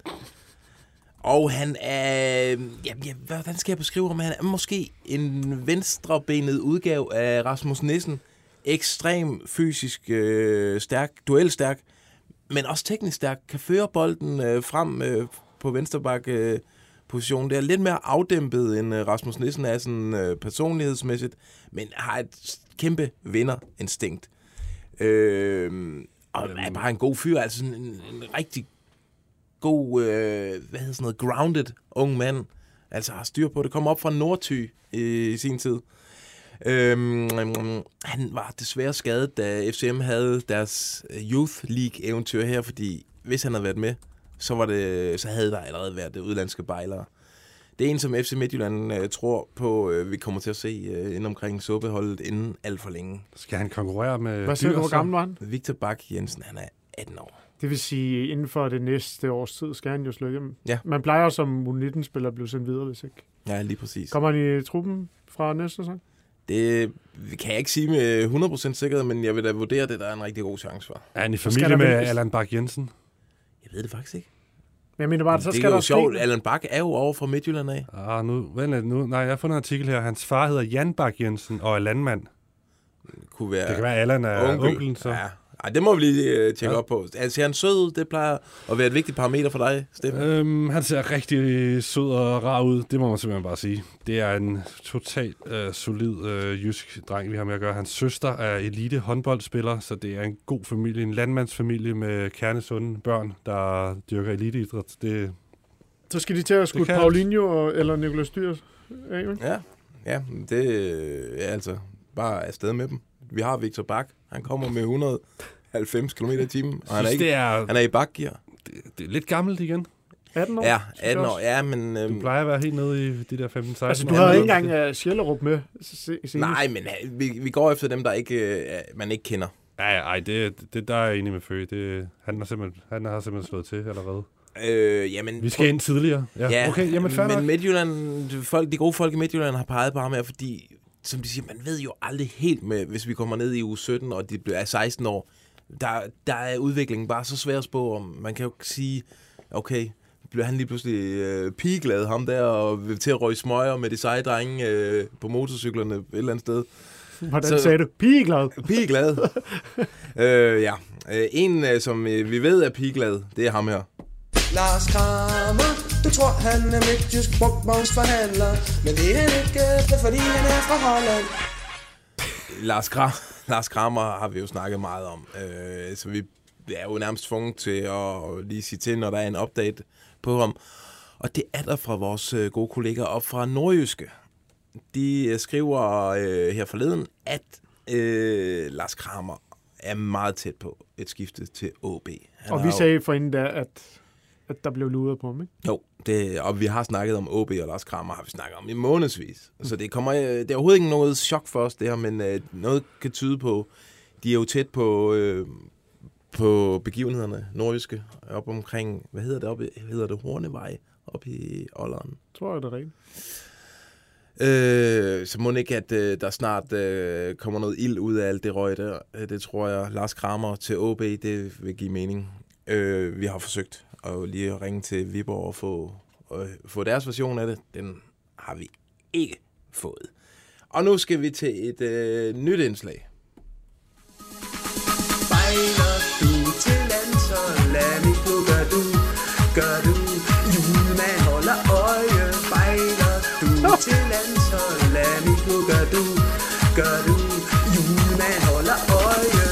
Og han er, ja, ja, hvordan skal jeg beskrive ham? Han er måske en venstrebenet udgave af Rasmus Nissen. Ekstrem fysisk øh, stærk, duelstærk, men også teknisk stærk, kan føre bolden øh, frem øh, på vensterbak øh, position. Det er lidt mere afdæmpet end øh, Rasmus Nissen er sådan øh, personlighedsmæssigt, men har et kæmpe vinderinstinkt. Øh, og er bare en god fyr, altså en, en rigtig god, øh, hvad hedder sådan noget, grounded ung mand. Altså har styr på det. Kom op fra Nordty i, i sin tid. Øhm, han var desværre skadet, da F C M havde deres Youth League-eventyr her, fordi hvis han havde været med, så, var det, så havde der allerede været det udlandske bejlere. Det er en, som F C Midtjylland uh, tror på, uh, vi kommer til at se uh, inden omkring suppeholdet inden alt for længe. Skal han konkurrere med... Hvad siger du, hvor gammel var han? Victor Bak Jensen, han er atten år. Det vil sige, inden for det næste års tid skal han jo slå igennem. Ja. Man plejer som U nitten-spiller at blive sendt videre, hvis ikke. Ja, lige præcis. Kommer han i truppen fra næste sæson? Det kan jeg ikke sige med hundrede procent sikkerhed, men jeg vil da vurdere det, der er en rigtig god chance for. Er han i familie med vælges? Allan Bak Jensen? Jeg ved det faktisk ikke. Men jeg mener bare, så det skal er der jo sjovt. Allan Bak er jo over fra Midtjylland af. Ah, nu, vent, nu, nej, jeg har fundet en artikel her. Hans far hedder Jan Bak Jensen og er landmand. Kunne være det kan være, Allan er onkel, onklen, så. Ja. Ej, det må vi lige uh, tjekke ja. op på. Altså, ser han sød ud? Det plejer at være et vigtigt parameter for dig, Steffen. Øhm, han ser rigtig sød og rar ud. Det må man simpelthen bare sige. Det er en totalt uh, solid uh, jysk dreng, vi har med at gøre. Hans søster er elite håndboldspiller, så det er en god familie. En landmandsfamilie med kernesunde børn, der dyrker eliteidræt. Det, så skal de til at skudt Paulinho og, eller Nicolas Dyr af, ikke? Ja, ja, det er altså bare afsted med dem. Vi har Victor Bak. Han kommer med et hundrede og halvfems kilometer i timen, og han er, ikke, er, han er i bakgear. Det, det er lidt gammelt igen. atten år? Ja, atten år. Ja, men... Øhm, du plejer at være helt nede i de der femten seksten altså, du har ikke engang uh, Sjællerup med. Senest. Nej, men vi, vi går efter dem, der ikke, uh, man ikke kender. Nej, ej, det, det der er jeg enig med Føge. Det, han, har simpelthen, han har simpelthen slået til allerede. Øh, jamen, vi skal ind tidligere. Ja, ja okay, jamen, men Midtjylland, folk, de gode folk i Midtjylland har peget på ham her, fordi... Som de siger, man ved jo aldrig helt med, hvis vi kommer ned i uge sytten, og de er seksten år, der, der er udviklingen bare så svær at spå om. Man kan jo sige, okay, bliver han lige pludselig øh, pigeglad, ham der, og vil til at røge smøger med de seje drenge øh, på motorcyklerne et eller andet sted. Hvordan så, sagde du? Pigeglad? Pigeglad. øh, ja. Øh, en, øh, som øh, vi ved er pigeglad, det er ham her. Lars Kramer, du tror han er midtjysk brugtvognsforhandler, men det er han ikke, fordi han er fra Holland. Lars, Kram- Lars Kramer har vi jo snakket meget om, øh, så vi er jo nærmest tvunget til at lige sige til, når der er en update på ham. Og det er der fra vores øh, gode kolleger op fra Nordjyske. De øh, skriver øh, her forleden, at øh, Lars Kramer er meget tæt på et skifte til O B. Han og vi sagde for inden der, at at der blev luret på ham, ikke? Jo, det, og vi har snakket om O B og Lars Kramer, har vi snakket om i månedsvis. Mm. Så det kommer, det er overhovedet ikke noget chok for os, det her, men øh, noget kan tyde på, de er jo tæt på, øh, på begivenhederne, nordjyske, op omkring, hvad hedder det oppe, hedder det Hornevej, oppe i Olderen. Tror jeg, det er rigtigt. Øh, så må det ikke, at øh, der snart øh, kommer noget ild ud af alt det røg der. Øh, det tror jeg, Lars Kramer til O B, det vil give mening. Øh, vi har forsøgt at lige ringe til Viborg og få, øh, få deres version af det. Den har vi ikke fået. Og nu skal vi til et øh, nyt indslag. Bejler du til landshold, lad mig på, gør du, gør du. Julemand holder øje, bejler du til landshold, lad mig på, gør du, gør du. Julemand holder øje.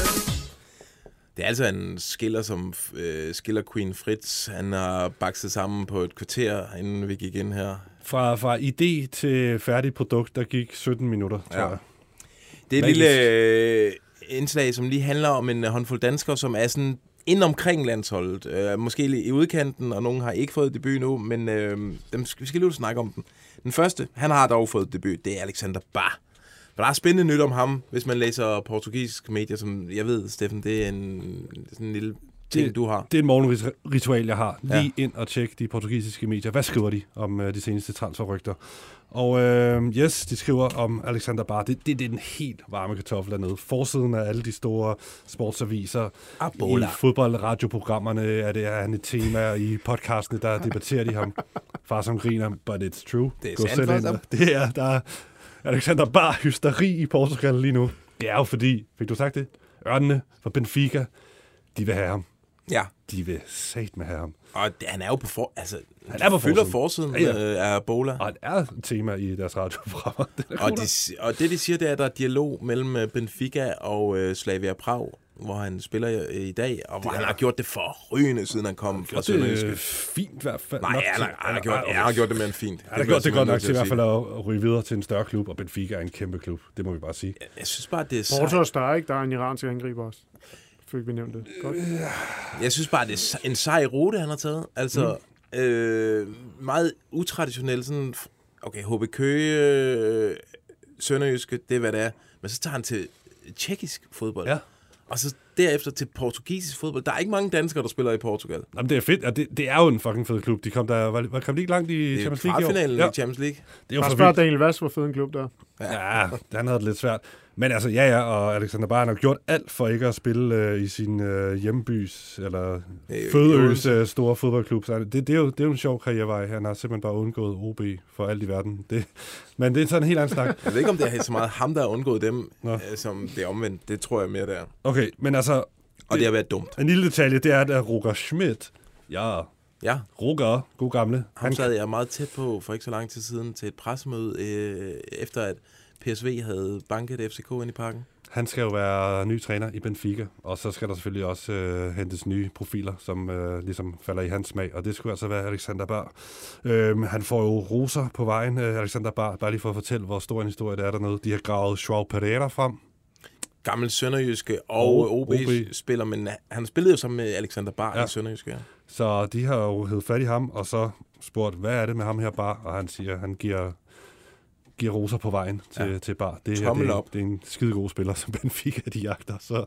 Det er altså en skiller, som øh, skiller Queen Fritz. Han har bakset sammen på et kvarter, inden vi gik ind her. Fra, fra idé til færdig produkt, der gik sytten minutter, tror Ja. jeg. Det er et lille øh, indslag, som lige handler om en håndfuld danskere, som er sådan ind omkring landsholdet. Øh, måske i udkanten, og nogen har ikke fået debut nu, men øh, dem skal, vi skal lige snakke om den. Den første, han har dog fået debut, det er Alexander Bach. For der er spændende nyt om ham, hvis man læser portugisiske medier, som jeg ved, Steffen, det er en, sådan en lille ting, det, du har. Det er en morgenritual, jeg har. Lige Ja. ind og tjekke de portugisiske medier. Hvad skriver de om uh, de seneste transferrygter? Og øh, yes, de skriver om Alexander Bach. Det, det, det er den helt varme kartoffel dernede. Forsiden af alle de store sportsaviser. Abola. I fodboldradioprogrammerne er det er han et tema. I podcastene, der debatterer de ham. Far som griner, but it's true. Det er Gå sandt selv for ind. dem. Det er, der er Alexander Bach hysteri i Portugal lige nu. Det er jo fordi, fik du sagt det? Ørnene fra Benfica, de vil have ham. Ja. De vil satme have ham. Og det, han er jo på for, altså, Han er på fylder forsiden. forsiden Ja, ja. øh, af Abola. Og det er et tema i deres radioprogrammer. Det er Og, cool. de, og det, de siger, det er, at der er dialog mellem øh, Benfica og øh, Slavia Prag, hvor han spiller i, i dag, og hvor Det han er- har gjort det for rygende, siden han kom fra det Sønderjyske. er fint i hvert fald. Nej, Nok han til- har, han, har gjort, ja, han har gjort det mere end fint. Han har gjort det godt nok til i hvert fald at ryge videre til en større klub, og Benfica er en kæmpe klub. Det må vi bare sige. Jeg synes bare, det er Porto sejt. er større, ikke? Der er en iransk angriber også. Fik vi nævnt det. Godt. Jeg synes bare, det er sej- en sej rute, han har taget. Altså, mm. øh, meget utraditionel, sådan, okay, H B Køge, øh, Sønderjyske, det er, hvad det er. Men så tager han til tjekkisk fodbold. Ja. Og så derefter til portugisisk fodbold. Der er ikke mange danskere, der spiller i Portugal. Jamen, det er fedt, og det, det er jo en fucking fed klub. De kom der, var, var kom de ikke langt i Det er Champions League i år? kvartfinalen Ja. i Champions League. Det er jo Bare for spørg vildt. Daniel Vass, hvor fed en klub der er. Ja, han havde det lidt svært. Men altså, ja, ja, og Alexander Bach har gjort alt for ikke at spille øh, i sin øh, hjembys, eller Øh, fødeøs øh, store fodboldklub. Så det, det, er jo, det er jo en sjov karrierevej. Han har simpelthen bare undgået O B for alt i verden. Det, men det er sådan en helt anden snak. Jeg ved ikke, om det er så meget ham, der har undgået dem, Nå. øh, som det er omvendt. Det tror jeg mere, det er. Okay, men altså, Og det har været dumt. en lille detalje, det er, at Roger Schmidt, ja, Ja, Roger, god gamle, ham sad jeg meget tæt på for ikke så lang tid siden til et pressemøde, øh, efter at P S V havde banket F C K ind i parken. Han skal jo være ny træner i Benfica, og så skal der selvfølgelig også øh, hentes nye profiler, som øh, ligesom falder i hans smag, og det skulle altså være Alexander Bach. Øhm, han får jo roser på vejen, øh, Alexander Bach, bare lige for at fortælle, hvor stor en historie det er dernede. De har gravet Joao Pereira frem. Gammel Sønderjyske og, Og og O B-spiller, men han spillede jo sammen med Alexander Bach Ja. i Sønderjyske. Ja. Så de har jo hævet fat i ham, og så spurgt, hvad er det med ham her Bach? Og han siger, han giver, giver roser på vejen til, Ja. til Bach. Det, Tommel det, op. det er en skidegod spiller, som Benfica de jagter, så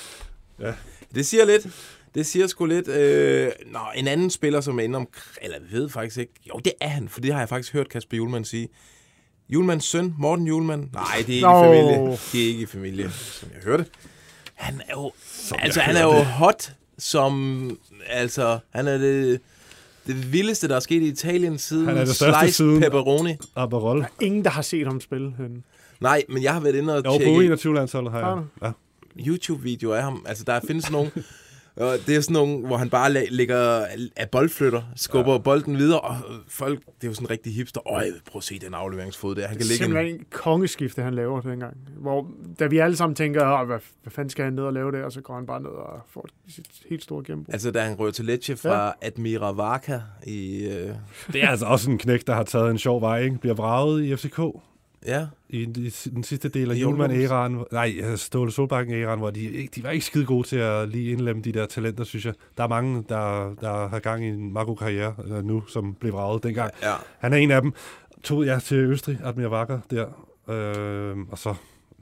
ja. Det siger lidt. Det siger sgu lidt. Øh, nå, en anden spiller, som er inde om... Eller jeg ved faktisk ikke. Jo, det er han, for det har jeg faktisk hørt Kasper Hjulmand sige. Hjulmands søn, Morten Hjulmand. Nej, det er ikke Nå. i familie. Det er ikke i familie, som jeg hørte. Han er jo... Som altså, jeg han er hørte. jo hot, som... Altså, han er det... Det vildeste, der er sket i Italien siden Han er det største sliced siden- pepperoni. Aperol. Ingen, der har set ham spille henne. Nej, men jeg har været inde og Jo, på U tjekke enogtyve-landsholdet har jeg. Ja. YouTube-videoer af ham. Altså, der findes nogle... Og det er sådan nogle, hvor han bare la- ligger af boldflytter, skubber ja. bolden videre, og folk, det er jo sådan en rigtig hipster. Øj, prøv at se den afleveringsfod der. Han kan ligge en... Simpelthen en kongeskifte, han laver dengang. Hvor, da vi alle sammen tænker, hvad, hvad fanden skal han ned og lave det, og så går han bare ned og får sit helt store gennembrud. Altså, da han rører til Lecce fra ja. Admira Varka i... Øh... Det er altså også en knæk, der har taget en sjov vej, ikke? Bliver vraget i F C K. Ja. I den, den sidste del af I Hjulmand-æraen, nej, Ståle Solbakken-æraen, hvor de, ikke, de var ikke skide gode til at lige indlemme de der talenter, synes jeg. Der er mange, der, der har gang i en meget god karriere øh, nu, som blev vraget dengang. Ja. Han er en af dem. Tog jeg til Østrig, Admir Wacker der, øh, og så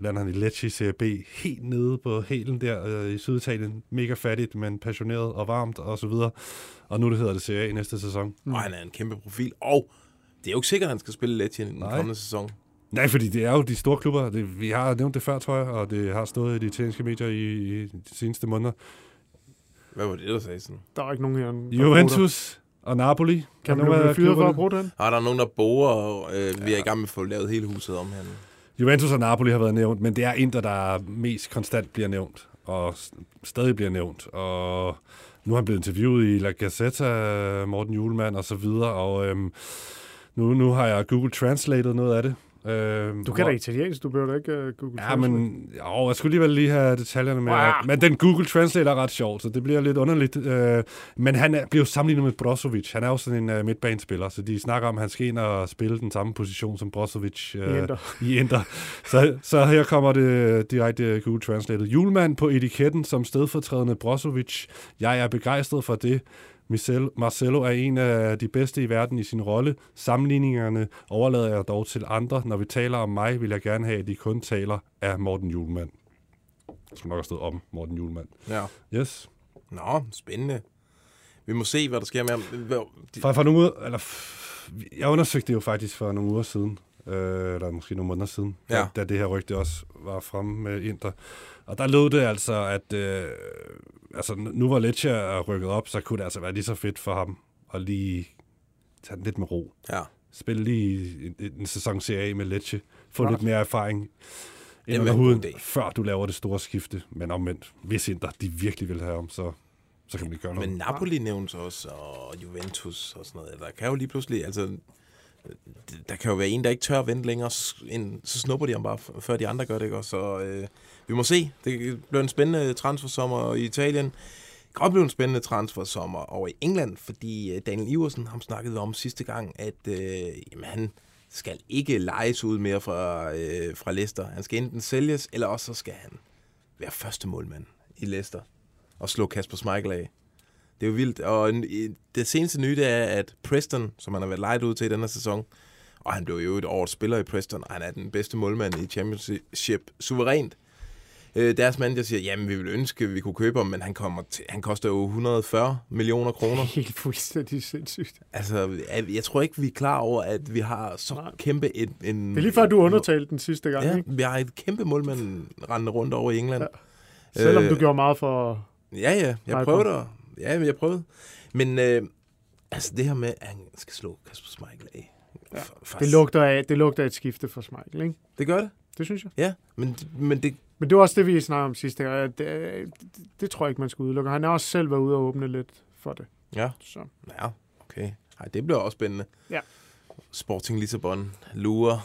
lander han i Lecce i Serie B, helt nede på hælen der øh, i Syditalien. Mega fattigt, men passioneret og varmt og så videre. Og nu det hedder det Serie A i næste sæson. Mm. Og han er en kæmpe profil, og det er jo ikke sikkert, at han skal spille Lecce i den Nej. kommende sæson. Nej, fordi det er jo de store klubber. Det, vi har nævnt det før, tror jeg, og det har stået i de italienske medier i, i de seneste måneder. Hvad var det, der sagde sådan? Der er ikke nogen her, der Juventus og Napoli. Kan man blive fyret for at bruge den? Har der er nogen, der borer, og øh, vi er i gang med at få lavet hele huset om her nu. Juventus og Napoli har været nævnt, men det er Inter, der mest konstant bliver nævnt, og stadig bliver nævnt. Og nu er han blevet interviewet i La Gazzetta, Morten Hjulmand og så videre, og øhm, nu, nu har jeg Google Translated noget af det. Øhm, du kan da italiensk, du behøver da ikke uh, Google ja, Translate. men jo, jeg skulle alligevel lige have detaljerne med. Wow. Men den Google Translate er ret sjovt, så det bliver lidt underligt. Øh, men han er, bliver jo sammenlignet med Brozovic. Han er jo sådan en uh, midtbanespiller, så de snakker om, at han skal ind og spille den samme position som Brozovic uh, I Inter. i Inter. så, så her kommer det direkte Google Translate. Hjulmand på etiketten som stedfortrædende Brozovic. Jeg er begejstret for det. Marcelo er en af de bedste i verden i sin rolle. Sammenligningerne overlader jeg dog til andre. Når vi taler om mig, vil jeg gerne have, at de kun taler af Morten Hjulmand. Jeg skal nok have stået om Morten Hjulmand. Ja. Yes. Nå, spændende. Vi må se, hvad der sker med ham. For, for nogle uger, eller, jeg undersøgte det jo faktisk for nogle uger siden, øh, eller måske nogle måneder siden, ja. da, da det her rygte også var fremme med Inter. Og der lød det altså, at øh, altså, nu hvor Lecce er rykket op, så kunne det altså være lige så fedt for ham at lige tage den lidt med ro. Ja. Spille lige en, en sæson Serie A med Lecce. Få Right. lidt mere erfaring ind under huden, før du laver det store skifte. Men omvendt, hvis Inter de virkelig vil have ham, så, så kan man ikke gøre noget. Men Napoli nævnes også, og Juventus og sådan noget. Der kan jo lige pludselig, altså, der kan jo være en, der ikke tør at vente længere, så snupper de ham bare, før de andre gør det, ikke? Og så øh, vi må se. Det bliver en spændende transfersommer i Italien. Det kan også blive en spændende transfersommer over i England, fordi Daniel Iversen, ham snakkede om sidste gang, at øh, jamen, han skal ikke lejes ud mere fra, øh, fra Leicester. Han skal enten sælges, eller også så skal han være første målmand i Leicester og slå Kasper Schmeichel af. Det er jo vildt. Og det seneste nye, det er, at Preston, som han har været lejet ud til i denne sæson, og han blev jo et års spiller i Preston, og han er den bedste målmand i Championship suverænt. Øh, deres manager siger, jamen vi vil ønske, at vi kunne købe ham, men han, kommer til, han koster jo et hundrede og fyrre millioner kroner. Helt fuldstændig sindssygt. Altså, jeg tror ikke, vi er klar over, at vi har så Nej. kæmpe en, en... Det er lige før, du undertalte den sidste gang, ja, ikke? vi har et kæmpe målmand rendende rundt over i England. Ja. Selvom øh, du gjorde meget for... Ja, ja, jeg prøvede det. Ja, jeg prøvede. Men øh, altså det her med, at han skal slå Kasper Schmeichel af. Ja, det, lugter af, det lugter af et skifte for Schmeichel, ikke? Det gør det. Det synes jeg. Ja, men, men det... Men det var også det, vi snakkede om sidste gang. Det, det, det, det tror jeg ikke, man skal udelukke. Han har også selv været ude og åbne lidt for det. Ja, så. Ja, okay. Ej, det bliver også spændende. Ja. Sporting Lissabon lurer.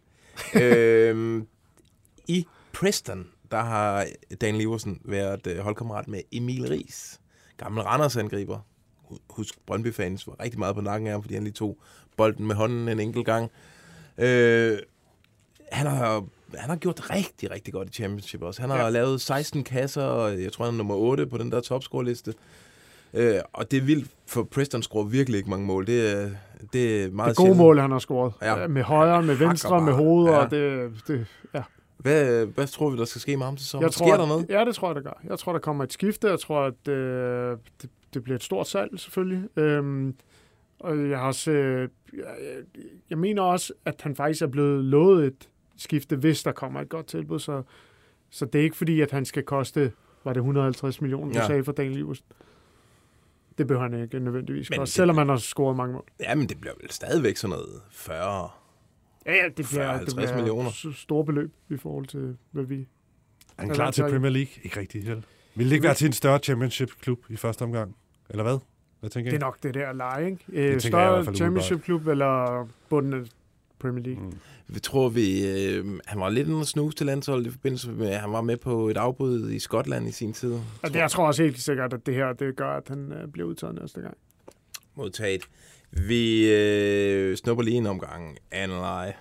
øhm, I Preston, der har Daniel Iversen været holdkammerat med Emil Ries, gammel Randers-angriber. Husk, Brøndby-fans var rigtig meget på nakken af ham, fordi han lige tog bolden med hånden en enkelt gang. Øh, han har han har gjort rigtig, rigtig godt i Championship også. Han har ja. lavet seksten kasser, og jeg tror, han er nummer otte på den der topscore-liste. Øh, og det er vildt, for Preston scorer virkelig ikke mange mål. Det er, det er meget det er gode mål, han har scoret. Ja. Med højre, med venstre, med hovedet, ja. og det, det ja. Hvad, hvad tror vi, der skal ske med ham til sommer? Jeg tror, Sker der noget? Ja, det tror jeg, der gør. Jeg tror, der kommer et skifte. Jeg tror, at øh, det, det bliver et stort salg, selvfølgelig. Øhm, og jeg har også... Øh, jeg, jeg mener også, at han faktisk er blevet lovet et skifte, hvis der kommer et godt tilbud. Så, så det er ikke fordi, at han skal koste, var det et hundrede og halvtreds millioner, du ja. sagde for Daniel Iversen. Det behøver han ikke nødvendigvis koste, selvom han har scoret mange mål. Ja, men det bliver vel stadigvæk sådan noget fyrre... Ja, ja, det bliver, halvtreds det bliver millioner. Store beløb i forhold til, hvad vi... Er han klar til Premier League? Ikke rigtig helt. Vil det ikke være til en større championship-klub i første omgang? Eller hvad? Hvad tænker det er nok det der leje, ikke? Det større championship-klub eller bunden af Premier League. Mm. Vi tror, vi... Øh, han var lidt under snus til landsholdet i forbindelse med, at han var med på et afbud i Skotland i sin tid. Og det, jeg tror også helt sikkert, at det her det gør, at han øh, bliver udtaget næste gang. Modtaget. Vi øh, snupper lige en omgang. Analyze.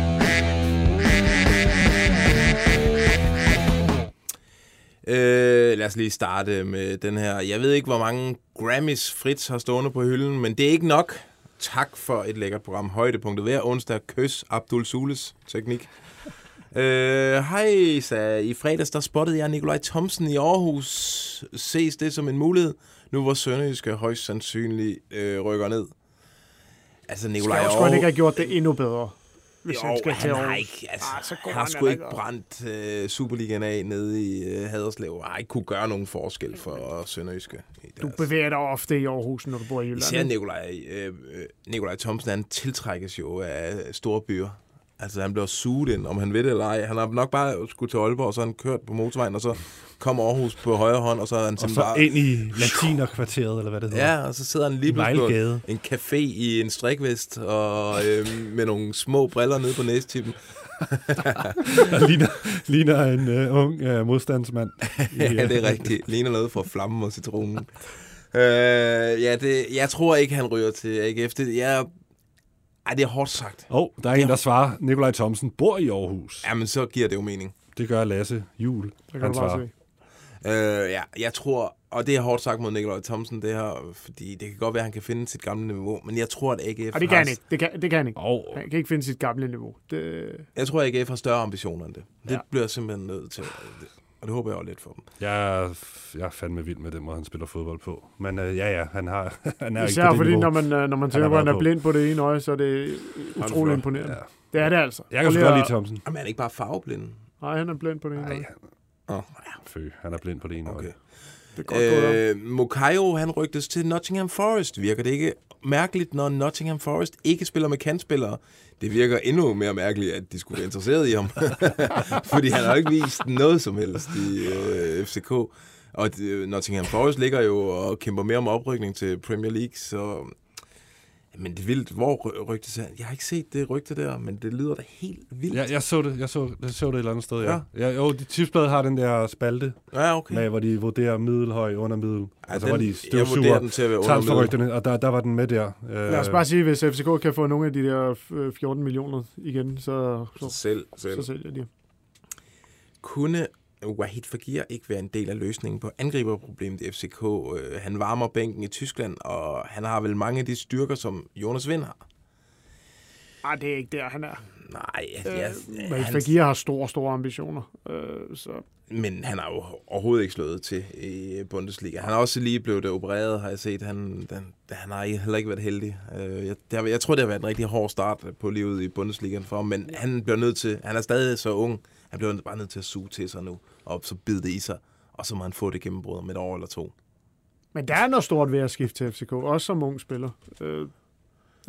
Øh, øh, lad os lige starte med den her. Jeg ved ikke, hvor mange Grammys Fritz har stående på hylden, men det er ikke nok. Tak for et lækkert program. Højdepunktet hver onsdag. Kys Abdul Sules teknik. Øh, hej, så i fredags der spottede jeg Nikolaj Thomsen i Aarhus. Ses det som en mulighed, nu hvor Sønderjyske højst sandsynligt øh, rykker ned? Altså, Nikolaj Aarhus... Skal ikke have gjort det endnu bedre? Hvis jo, han skal han til har ikke, altså, ah, så han har sgu ikke brændt øh, Superligaen af nede i øh, Haderslev. Han har ikke kunne gøre nogen forskel for Sønderjyske. Du bevæger dig ofte i Aarhus, når du bor i Jylland. Især Nikolaj, øh, Nikolaj Thomsen, han tiltrækkes jo af store byer. Altså, han bliver suget ind, om han ved det eller ej. Han har nok bare skulle til Aalborg, og så har han kørt på motorvejen, og så kom Aarhus på højre hånd, og så er han og så bare... ind i latinerkvarteret, eller hvad det hedder. Ja, og så sidder han lige på en café i en strikvest, og øh, med nogle små briller nede på næstippen. ligner, ligner en øh, ung øh, modstandsmand. Ja, det er rigtigt. Ligner noget fra flammen og citronen. øh, ja, det, jeg tror ikke, han ryger til A G F. Det, jeg... Ej, det er hårdt sagt. Åh, oh, der er en, der svarer, Nikolaj Thomsen bor i Aarhus. Jamen, så giver det jo mening. Det gør Lasse Juhl. Det kan du bare se. Øh, ja, jeg tror, og det er hårdt sagt mod Nikolaj Thomsen, det her, fordi det kan godt være, at han kan finde sit gamle niveau, men jeg tror, at A G F... Og det kan han ikke. Det kan, det kan han ikke. Oh. Han kan ikke finde sit gamle niveau. Det... Jeg tror, at A G F har større ambitioner end det. Det ja. bliver simpelthen nødt til. Og det håber jeg også lidt for dem. Jeg, jeg er fandme vild med den måde, han spiller fodbold på. Men øh, ja, ja, han, har, han er især ikke på fordi, det når man, når man tænker på, at han er blind på det ene øje, så er det utrolig imponerende. Ja. Det er det altså. Jeg kan så godt lide Thomsen. Jamen, han er ikke bare farveblind. Nej, han er blind på det ene Ej, øje. Han... Oh. Fø, han er blind på det ene okay. øje. Det er godt øh, Mokayo, han rygtes til Nottingham Forest. Virker det ikke mærkeligt, når Nottingham Forest ikke spiller med kantspillere? Det virker endnu mere mærkeligt, at de skulle være interesseret i ham. Fordi han har ikke vist noget som helst i øh, F C K. Og øh, Nottingham Forest ligger jo og kæmper mere om oprykning til Premier League, så... Men det er vildt. Hvor rygte sig? Jeg har ikke set det rygte der, men det lyder da helt vildt. Ja, jeg så det. Jeg så, jeg så det et eller andet sted, ja. ja. ja jo, de Tipsbladet har den der spalte, ja, okay. med, hvor de vurderer middelhøj under middel. Ja, altså, den, hvor de støvsuger den til at være under middel. Og der, der var den med der. Lad os bare sige, hvis F C K kan få nogle af de der fjorten millioner igen, så, så, så, selv, selv. så sælger de. Kunne Wahid Fagir ikke være en del af løsningen på angriberproblemet i F C K? Han varmer bænken i Tyskland, og han har vel mange af de styrker, som Jonas Vind har. Nej, det er ikke der, han er. Nej, øh, ja, Wahid Fagir har store, store ambitioner. Øh, så. Men han har jo overhovedet ikke slået til i Bundesliga. Han har også lige blevet opereret, har jeg set. Han, den, han har heller ikke været heldig. Jeg, har, jeg tror, det har været en rigtig hård start på livet i Bundesligaen for ham, men han bliver nødt til, han er stadig så ung, han bliver bare nødt til at suge til sig nu, og så bide det i sig, og så må han få det gennembrud om et år eller to. Men der er noget stort ved at skifte til F C K, også som ung spiller. Øh, ja.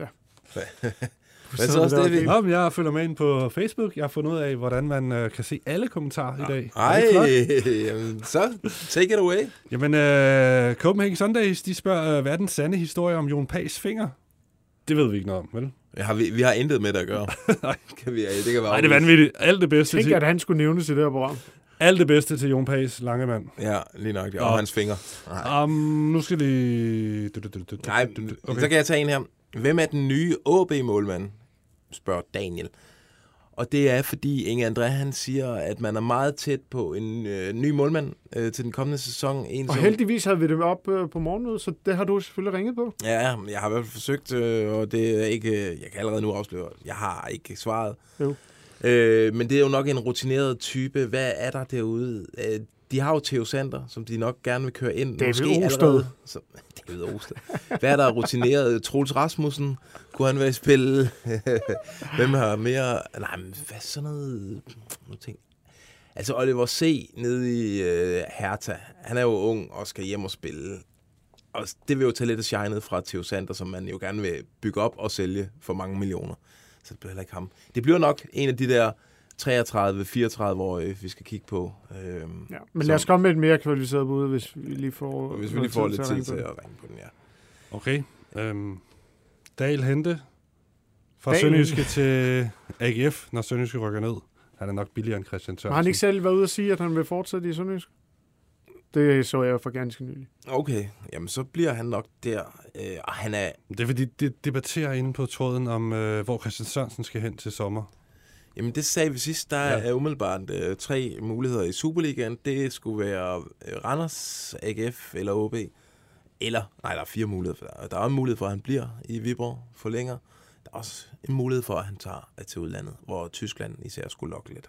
Hvad så også det, vi? Nå, jeg følger med ind på Facebook. Jeg har fundet ud af, hvordan man øh, kan se alle kommentarer i dag. Ej, jamen, så take it away. Jamen, øh, Copenhagen Sundays, de spørger, øh, hvad er den sande historie om Jon Pags finger? Det ved vi ikke noget om, vel? Ja, har vi, vi har intet med det at gøre. Nej, kan vi, det kan være Nej, det er vanvittigt. Alt det bedste. Jeg tænker, til... at han skulle nævnes i det her program. Alt det bedste til Jon Pags lange mand. Ja, lige nok. Og, og hans fingre. Nej. Um, nu skal de... Nej, okay. Så kan jeg tage en her. Hvem er den nye A B-målmand? Spørger Daniel. Og det er, fordi Inge André, han siger, at man er meget tæt på en øh, ny målmand øh, til den kommende sæson. En, og som... heldigvis havde vi det op øh, på morgenmødet, så det har du selvfølgelig ringet på. Ja, jeg har i hvert fald forsøgt, øh, og det er ikke... Jeg kan allerede nu afsløre, jeg har ikke svaret. Jo. Øh, men det er jo nok en rutineret type. Hvad er der derude? Øh, de har jo Theo Sander, som de nok gerne vil køre ind. David Måske Osted. Så, David Osted. Hvad er der rutineret? Troels Rasmussen? Kunne han være i spil? Hvem har mere... Nej, men hvad sådan noget... noget ting? Altså Oliver C. nede i uh, Hertha. Han er jo ung og skal hjem og spille. Og det vil jo tage lidt af shinet fra Theo Sander, som man jo gerne vil bygge op og sælge for mange millioner. Så det bliver heller ikke ham. Det bliver nok en af de der treogtredive fireogtredive-årige, vi skal kigge på. Øhm, ja, men lad os komme med et mere kvalificeret bud, hvis vi lige får, hvis vi lige får lidt tid til at ringe på den, ja. Okay. Øhm, Dahl Hente fra Dahl. Sønderjyske til A G F, når Sønderjyske rykker ned. Han er nok billigere end Christian Sørensen. Har han ikke selv været ude at sige, at han vil fortsætte i Sønderjyske? Det så jeg for ganske nylig. Okay, jamen så bliver han nok der. Øh, og han er... Det er fordi, det debatterer inde på tråden om, øh, hvor Christian Sørensen skal hen til sommer. Jamen, det sagde vi sidst. Der ja. er umiddelbart øh, tre muligheder i Superligaen. Det skulle være øh, Randers, A G F eller O B. Eller, nej, der er fire muligheder. For der. der er en mulighed for, at han bliver i Viborg for længere. Der er også en mulighed for, at han tager til udlandet, hvor Tyskland især skulle lokke lidt.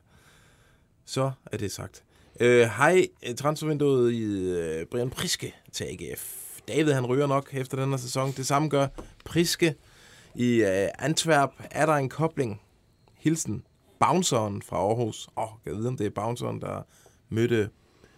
Så er det sagt. Øh, hej, transfervinduet i øh, Brian Priske til A G F. David, han ryger nok efter den her sæson. Det samme gør Priske i øh, Antwerp. Er der en kobling? Hilsen, bounceren fra Aarhus. Åh, oh, jeg ved, om det er bounceren, der mødte,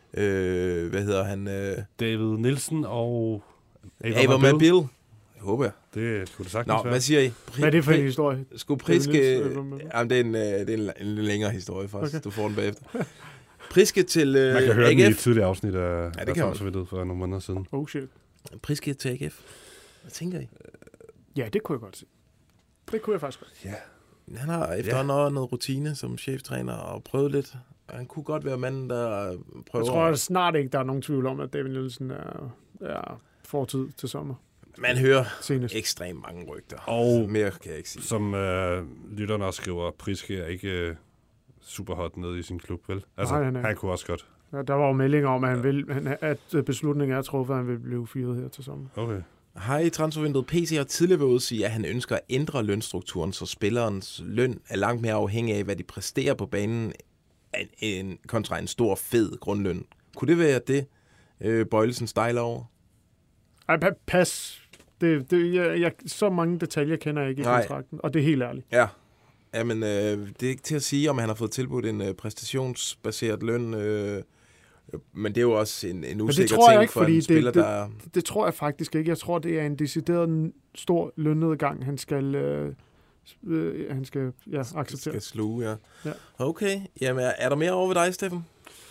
øh, hvad hedder han? Øh, David Nielsen og Ava Mabil. Jeg håber jeg. Det skulle du sagt. Nå, hvad siger I? Pri- hvad er det for en historie? Skulle Priske... Jamen, det er en, det er en, en længere historie, faktisk. Okay. Du får den bagefter. Priske til øh, Man kan høre A G F. den i et tidligere afsnit af ja, det kan man. For nogle måneder siden. Oh shit. Priske til A G F. Hvad tænker I? Ja, det kunne jeg godt se. Det kunne jeg faktisk godt. Ja. Han har efterhånden ja. noget rutine som cheftræner og prøvet lidt. Han kunne godt være manden, der prøver... Jeg tror at snart ikke, der er nogen tvivl om, at David Nielsen er, er fortid til sommer. Man hører Senest. ekstremt mange rygter. Og mere kan jeg ikke sige. Som øh, lytterne også skriver, Priske er ikke øh, super hot nede i sin klub, vel? Altså, nej, nej. Han kunne også godt. Ja, der var jo meldinger om, at, han vil, at beslutningen er truffet, at han vil blive fyret her til sommer. Okay. Hej i transfervinduet. P C har tidligere været ude at sige, at han ønsker at ændre lønstrukturen, så spillerens løn er langt mere afhængig af, hvad de præsterer på banen, en, kontra en stor, fed grundløn. Kunne det være det, øh, Bøjlesen stejler over? Ej, pas. Det, det, jeg, jeg, så mange detaljer kender jeg ikke i Nej. kontrakten, og det er helt ærligt. Ja, Jamen, øh, det er ikke til at sige, om han har fået tilbudt en øh, præstationsbaseret løn, øh, men det er jo også en, en usikker ting ikke, for en spiller, det, der... Det, det tror jeg faktisk ikke. Jeg tror, det er en decideret stor lønnedgang, han skal... Øh, øh, han skal ja, acceptere. Skal sluge, ja. ja. Okay. Jamen, er, er der mere over ved dig, Steffen?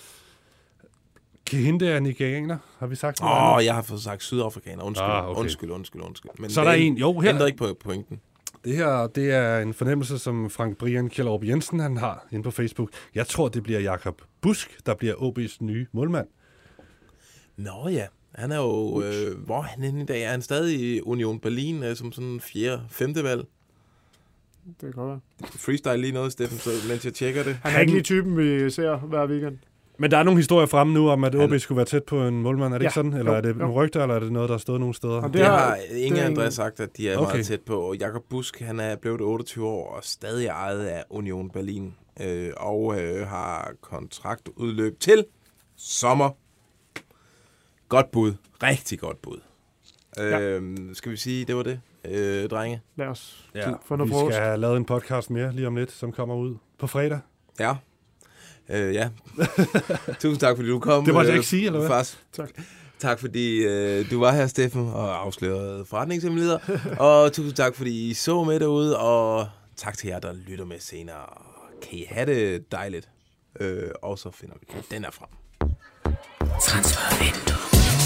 Kehinde er nigerianer, har vi sagt. Åh, oh, jeg har fået sagt sydafrikaner. Undskyld, ah, okay. undskyld, undskyld, undskyld. Men så er der en, jo, her... ændrer ikke på pointen. Det her, det er en fornemmelse, som Frank Brian Kjellerup Jensen, han har inde på Facebook. Jeg tror, det bliver Jakob Busk, der bliver O B's nye målmand. Nå ja, han er jo... Øh, hvor er han henne i dag? Er han stadig i Union Berlin øh, som sådan fjerde, femte valg? Det kan godt være. Freestyle lige noget, Steffen, så, mens jeg tjekker det. Han er ikke lige typen, vi ser hver weekend. Men der er nogle historier fremme nu om, at O B skulle være tæt på en målmand. Er det ja, ikke sådan? Eller jo, er det nogle rygter, eller er det noget, der er stået nogle steder? Det, det har Inge André sagt, at de er okay. meget tæt på. Og Jakob Busk, han er blevet otteogtyve år og stadig ejet af Union Berlin. Øh, og øh, har kontraktudløb til sommer. Godt bud. Rigtig godt bud. Ja. Øh, skal vi sige, det var det, øh, drenge? Lad os ja. få noget Vi skal have lavet en podcast mere lige om lidt, som kommer ud på fredag. Ja. Øh, ja. Tusind tak, fordi du kom. Det må jeg ikke sige, eller hvad? Fast. Tak. Tak, fordi øh, du var her, Steffen, og afslørede forretningshemmeligheder. Og tusind tak, fordi I så med derude, og tak til jer, der lytter med senere. Kan I have det dejligt? Øh, og så finder vi den her frem. Transfervindue.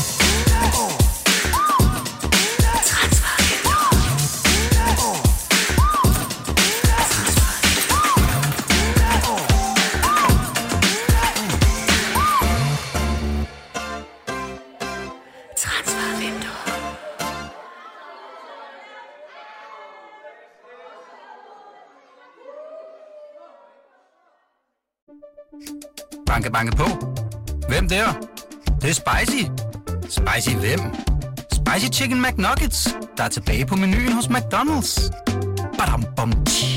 Banke, banke på. Hvem der? Det, det er spicy. Spicy hvem? Spicy Chicken McNuggets, der er tilbage på menuen hos McDonald's. Badum, bom, tji.